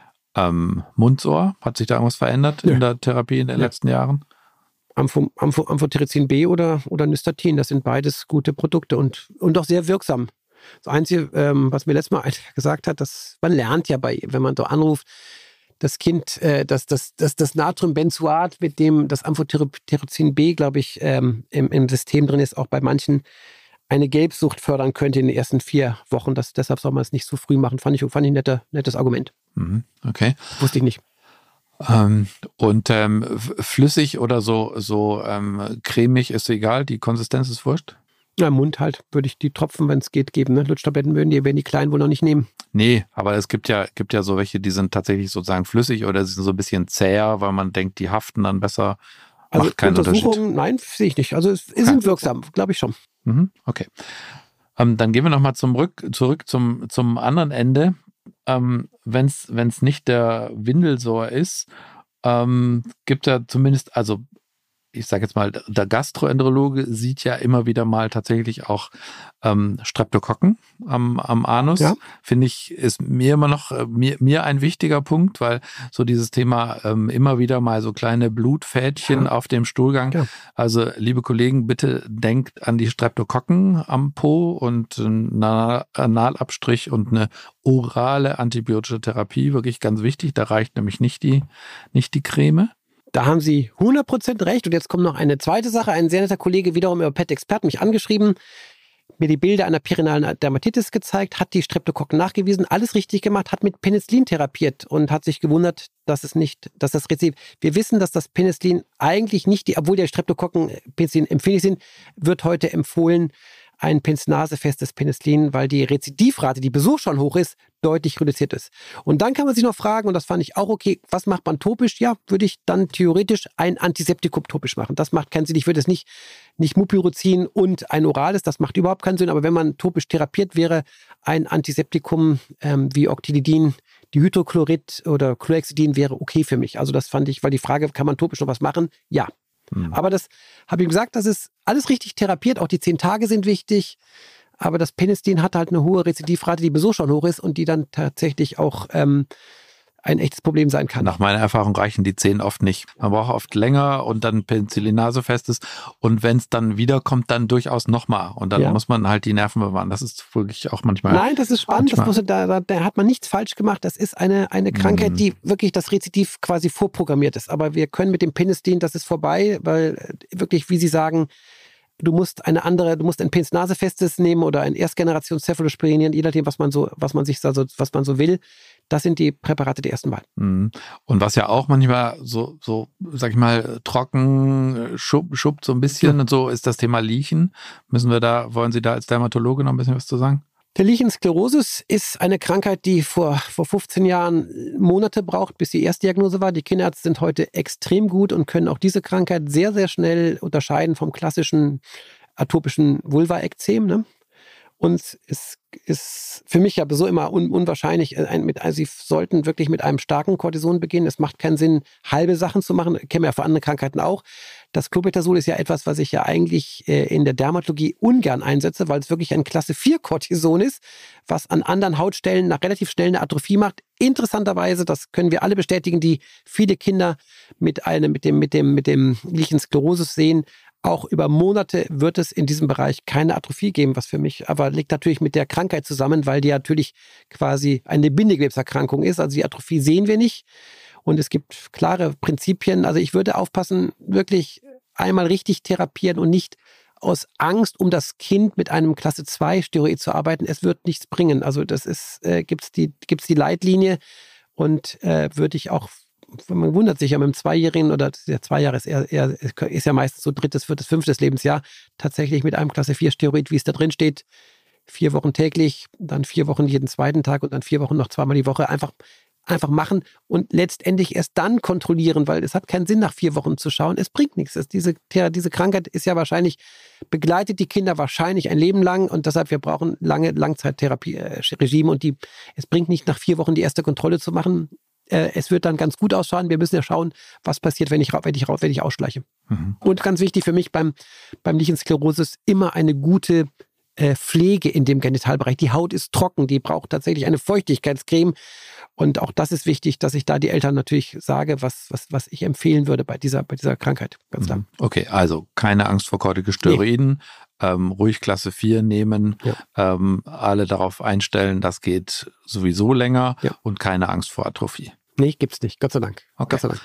Ähm, Mundsohr, hat sich da irgendwas verändert Nö. in der Therapie in den Nö. letzten Jahren? Ampho, Ampho, Amphotericin B oder, oder Nystatin, das sind beides gute Produkte und, und auch sehr wirksam. Das Einzige, ähm, was mir letztes Mal einer gesagt hat, dass man lernt ja bei, wenn man so anruft, das Kind, äh, dass das, das, das Natriumbenzoat, mit dem das Amphotericin B, glaube ich, ähm, im, im System drin ist, auch bei manchen eine Gelbsucht fördern könnte in den ersten vier Wochen. Das, deshalb soll man es nicht so früh machen. Fand ich, fand ich ein netter, nettes Argument. Mhm. Okay. Wusste ich nicht. Ähm, und ähm, f- flüssig oder so, so ähm, cremig ist egal, die Konsistenz ist wurscht? Na, im Mund halt würde ich die Tropfen, wenn es geht, geben. Ne? Lutschtabletten würden die, werden die Kleinen wohl noch nicht nehmen. Nee, aber es gibt ja, gibt ja so welche, die sind tatsächlich sozusagen flüssig oder sie sind so ein bisschen zäher, weil man denkt, die haften dann besser. Also Macht keinen Unterschied. Untersuchungen, nein, sehe ich nicht. Also es, es sind wirksam, glaube ich schon. Mhm, okay. Ähm, dann gehen wir nochmal zurück, zurück zum, zum anderen Ende. Ähm, wenn es nicht der Windelsohr ist, ähm, gibt ja zumindest, also ich sage jetzt mal, der Gastroenterologe sieht ja immer wieder mal tatsächlich auch ähm, Streptokokken am, am Anus. Ja. Finde ich, ist mir immer noch äh, mir, mir ein wichtiger Punkt, weil so dieses Thema ähm, immer wieder mal so kleine Blutfädchen Ja. auf dem Stuhlgang. Ja. Also liebe Kollegen, bitte denkt an die Streptokokken am Po und einen Analabstrich und eine orale antibiotische Therapie, wirklich ganz wichtig. Da reicht nämlich nicht die, nicht die Creme. Da haben Sie hundert Prozent recht. Und jetzt kommt noch eine zweite Sache. Ein sehr netter Kollege, wiederum über Pet Expert, mich angeschrieben, mir die Bilder einer perinalen Dermatitis gezeigt, hat die Streptokokken nachgewiesen, alles richtig gemacht, hat mit Penicillin therapiert und hat sich gewundert, dass es nicht, dass das Rezept, wir wissen, dass das Penicillin eigentlich nicht, die, obwohl der Streptokokken Penicillin empfindlich sind, wird heute empfohlen, ein pinznasefestes Penicillin, weil die Rezidivrate, die Besuch schon hoch ist, deutlich reduziert ist. Und dann kann man sich noch fragen, und das fand ich auch okay, was macht man topisch? Ja, würde ich dann theoretisch ein Antiseptikum topisch machen. Das macht keinen Sinn. Ich würde es nicht, nicht Mupirocin und ein orales, das macht überhaupt keinen Sinn. Aber wenn man topisch therapiert, wäre ein Antiseptikum ähm, wie Octilidin, Dihydrochlorid oder Chlorhexidin wäre okay für mich. Also das fand ich, weil die Frage, kann man topisch noch was machen? Ja. Hm. Aber das habe ich ihm gesagt, das ist alles richtig therapiert, auch die zehn Tage sind wichtig, aber das Penicillin hat halt eine hohe Rezidivrate, die sowieso schon hoch ist und die dann tatsächlich auch ähm, ein echtes Problem sein kann. Nach meiner Erfahrung reichen die zehn oft nicht. Man braucht oft länger und dann Penicillinasefestes und wenn es dann wiederkommt, dann durchaus nochmal und dann Ja. muss man halt die Nerven bewahren. Das ist wirklich auch manchmal... Nein, das ist spannend, das manchmal- muss, da, da, da hat man nichts falsch gemacht. Das ist eine, eine Krankheit, Mhm. die wirklich das Rezidiv quasi vorprogrammiert ist. Aber wir können mit dem Penicillin, das ist vorbei, weil äh, wirklich, wie Sie sagen, du musst eine andere, du musst ein Pinznasefestes nehmen oder ein Erstgenerations-Cephalosporin, je nachdem, was man so, was man sich also, was man so will. Das sind die Präparate der ersten Wahl. Mhm. Und was ja auch manchmal so, so, sag ich mal, trocken äh, schub, schubbt so ein bisschen Ja. und so, ist das Thema Liechen. Müssen wir da, wollen Sie da als Dermatologe noch ein bisschen was zu sagen? Der Lichensklerosis ist eine Krankheit, die vor, vor fünfzehn Jahren Monate braucht, bis die Erstdiagnose war. Die Kinderärzte sind heute extrem gut und können auch diese Krankheit sehr, sehr schnell unterscheiden vom klassischen atopischen Vulva-Ekzem. Ne? Und es ist für mich aber so immer un- unwahrscheinlich, ein, mit, also sie sollten wirklich mit einem starken Cortison beginnen. Es macht keinen Sinn, halbe Sachen zu machen. Kennen wir ja für andere Krankheiten auch. Das Clobetasol ist ja etwas, was ich ja eigentlich äh, in der Dermatologie ungern einsetze, weil es wirklich ein Klasse vier Cortison ist, was an anderen Hautstellen nach relativ schnell eine Atrophie macht. Interessanterweise, das können wir alle bestätigen, die viele Kinder mit einem, mit dem, mit dem, mit dem Lichen Sklerosus sehen. Auch über Monate wird es in diesem Bereich keine Atrophie geben, was für mich aber liegt natürlich mit der Krankheit zusammen, weil die natürlich quasi eine Bindegewebserkrankung ist. Also die Atrophie sehen wir nicht und es gibt klare Prinzipien. Also ich würde aufpassen, wirklich einmal richtig therapieren und nicht aus Angst, um das Kind mit einem Klasse zwei Steroid zu arbeiten. Es wird nichts bringen. Also das ist, äh, gibt's die, gibt's die Leitlinie und äh, würde ich auch, man wundert sich ja mit einem Zweijährigen oder der zwei Jahre ist, eher, eher, ist ja meistens so drittes, viertes, fünftes Lebensjahr, tatsächlich mit einem Klasse vier Steroid, wie es da drin steht, vier Wochen täglich, dann vier Wochen jeden zweiten Tag und dann vier Wochen noch zweimal die Woche einfach, einfach machen und letztendlich erst dann kontrollieren, weil es hat keinen Sinn, nach vier Wochen zu schauen. Es bringt nichts. Es, diese, diese Krankheit ist ja wahrscheinlich, begleitet die Kinder wahrscheinlich ein Leben lang und deshalb wir brauchen lange Langzeittherapie-Regime und die, es bringt nicht nach vier Wochen die erste Kontrolle zu machen. Es wird dann ganz gut ausschauen. Wir müssen ja schauen, was passiert, wenn ich, wenn ich, wenn ich ausschleiche. Mhm. Und ganz wichtig für mich beim, beim Lichen Sklerosus immer eine gute äh, Pflege in dem Genitalbereich. Die Haut ist trocken, die braucht tatsächlich eine Feuchtigkeitscreme. Und auch das ist wichtig, dass ich da die Eltern natürlich sage, was, was, was ich empfehlen würde bei dieser, bei dieser Krankheit. Ganz klar. Okay, also keine Angst vor Corticosteroiden. Nee. Ähm, ruhig Klasse vier nehmen, ja. ähm, alle darauf einstellen, das geht sowieso länger ja. und keine Angst vor Atrophie. Nee, gibt's nicht. Gott sei Dank. Okay. Gott sei Dank.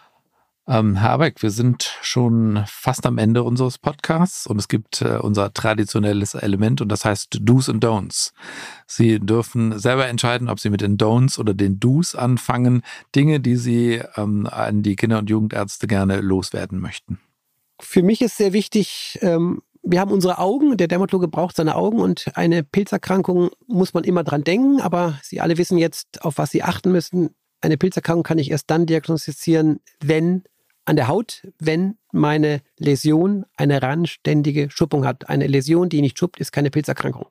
Ähm, Herr Abeck, wir sind schon fast am Ende unseres Podcasts und es gibt äh, unser traditionelles Element und das heißt Do's und Don'ts. Sie dürfen selber entscheiden, ob Sie mit den Don'ts oder den Do's anfangen. Dinge, die Sie ähm, an die Kinder- und Jugendärzte gerne loswerden möchten. Für mich ist sehr wichtig, ähm, wir haben unsere Augen, der Dermatologe braucht seine Augen und eine Pilzerkrankung muss man immer dran denken, aber Sie alle wissen jetzt, auf was Sie achten müssen. Eine Pilzerkrankung kann ich erst dann diagnostizieren, wenn an der Haut, wenn meine Läsion eine randständige Schuppung hat. Eine Läsion, die nicht schuppt, ist keine Pilzerkrankung.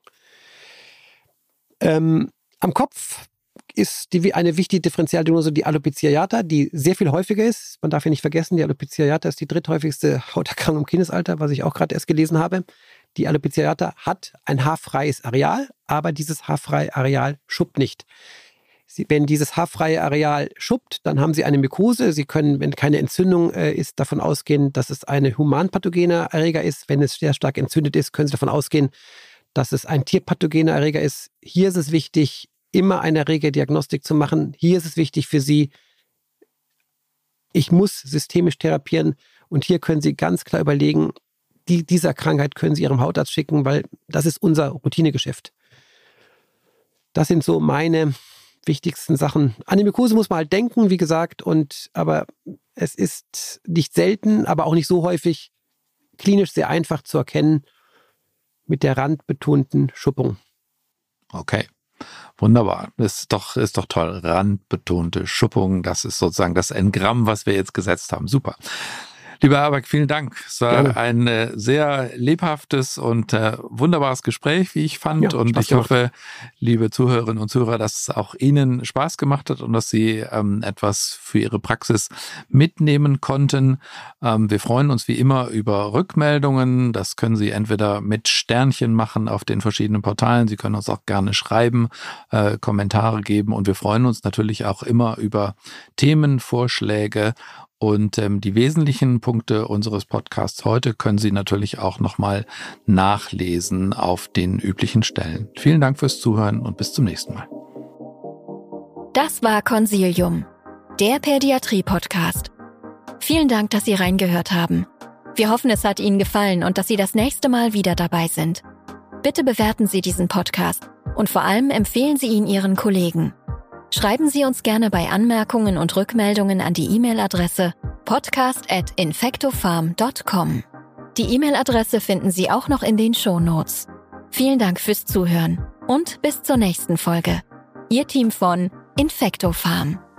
Ähm, am Kopf ist die, eine wichtige Differentialdiagnose die Alopecia areata, die sehr viel häufiger ist. Man darf ja nicht vergessen, die Alopecia areata ist die dritthäufigste Hauterkrankung im Kindesalter, was ich auch gerade erst gelesen habe. Die Alopecia areata hat ein haarfreies Areal, aber dieses haarfreie Areal schuppt nicht. Sie, wenn dieses haarfreie Areal schuppt, dann haben Sie eine Mykose. Sie können, wenn keine Entzündung äh, ist, davon ausgehen, dass es ein humanpathogener Erreger ist. Wenn es sehr stark entzündet ist, können Sie davon ausgehen, dass es ein tierpathogener Erreger ist. Hier ist es wichtig, immer eine Erregerdiagnostik zu machen. Hier ist es wichtig für Sie, ich muss systemisch therapieren und hier können Sie ganz klar überlegen, die, dieser Krankheit können Sie Ihrem Hautarzt schicken, weil das ist unser Routinegeschäft. Das sind so meine wichtigsten Sachen. An die Mykose muss man halt denken, wie gesagt, und aber es ist nicht selten, aber auch nicht so häufig, klinisch sehr einfach zu erkennen mit der randbetonten Schuppung. Okay. Wunderbar. Ist doch, ist doch toll. Randbetonte Schuppung, das ist sozusagen das Engramm, was wir jetzt gesetzt haben. Super. Lieber Herr Abeck, vielen Dank. Es war Gerne. ein äh, sehr lebhaftes und äh, wunderbares Gespräch, wie ich fand. Ja, und ich gemacht. hoffe, liebe Zuhörerinnen und Zuhörer, dass es auch Ihnen Spaß gemacht hat und dass Sie ähm, etwas für Ihre Praxis mitnehmen konnten. Ähm, wir freuen uns wie immer über Rückmeldungen. Das können Sie entweder mit Sternchen machen auf den verschiedenen Portalen. Sie können uns auch gerne schreiben, äh, Kommentare geben. Und wir freuen uns natürlich auch immer über Themenvorschläge. Und ähm, die wesentlichen Punkte unseres Podcasts heute können Sie natürlich auch nochmal nachlesen auf den üblichen Stellen. Vielen Dank fürs Zuhören und bis zum nächsten Mal. Das war Consilium, der Pädiatrie-Podcast. Vielen Dank, dass Sie reingehört haben. Wir hoffen, es hat Ihnen gefallen und dass Sie das nächste Mal wieder dabei sind. Bitte bewerten Sie diesen Podcast und vor allem empfehlen Sie ihn Ihren Kollegen. Schreiben Sie uns gerne bei Anmerkungen und Rückmeldungen an die E-Mail-Adresse podcast at infectofarm dot com. Die E-Mail-Adresse finden Sie auch noch in den Shownotes. Vielen Dank fürs Zuhören und bis zur nächsten Folge. Ihr Team von Infectofarm.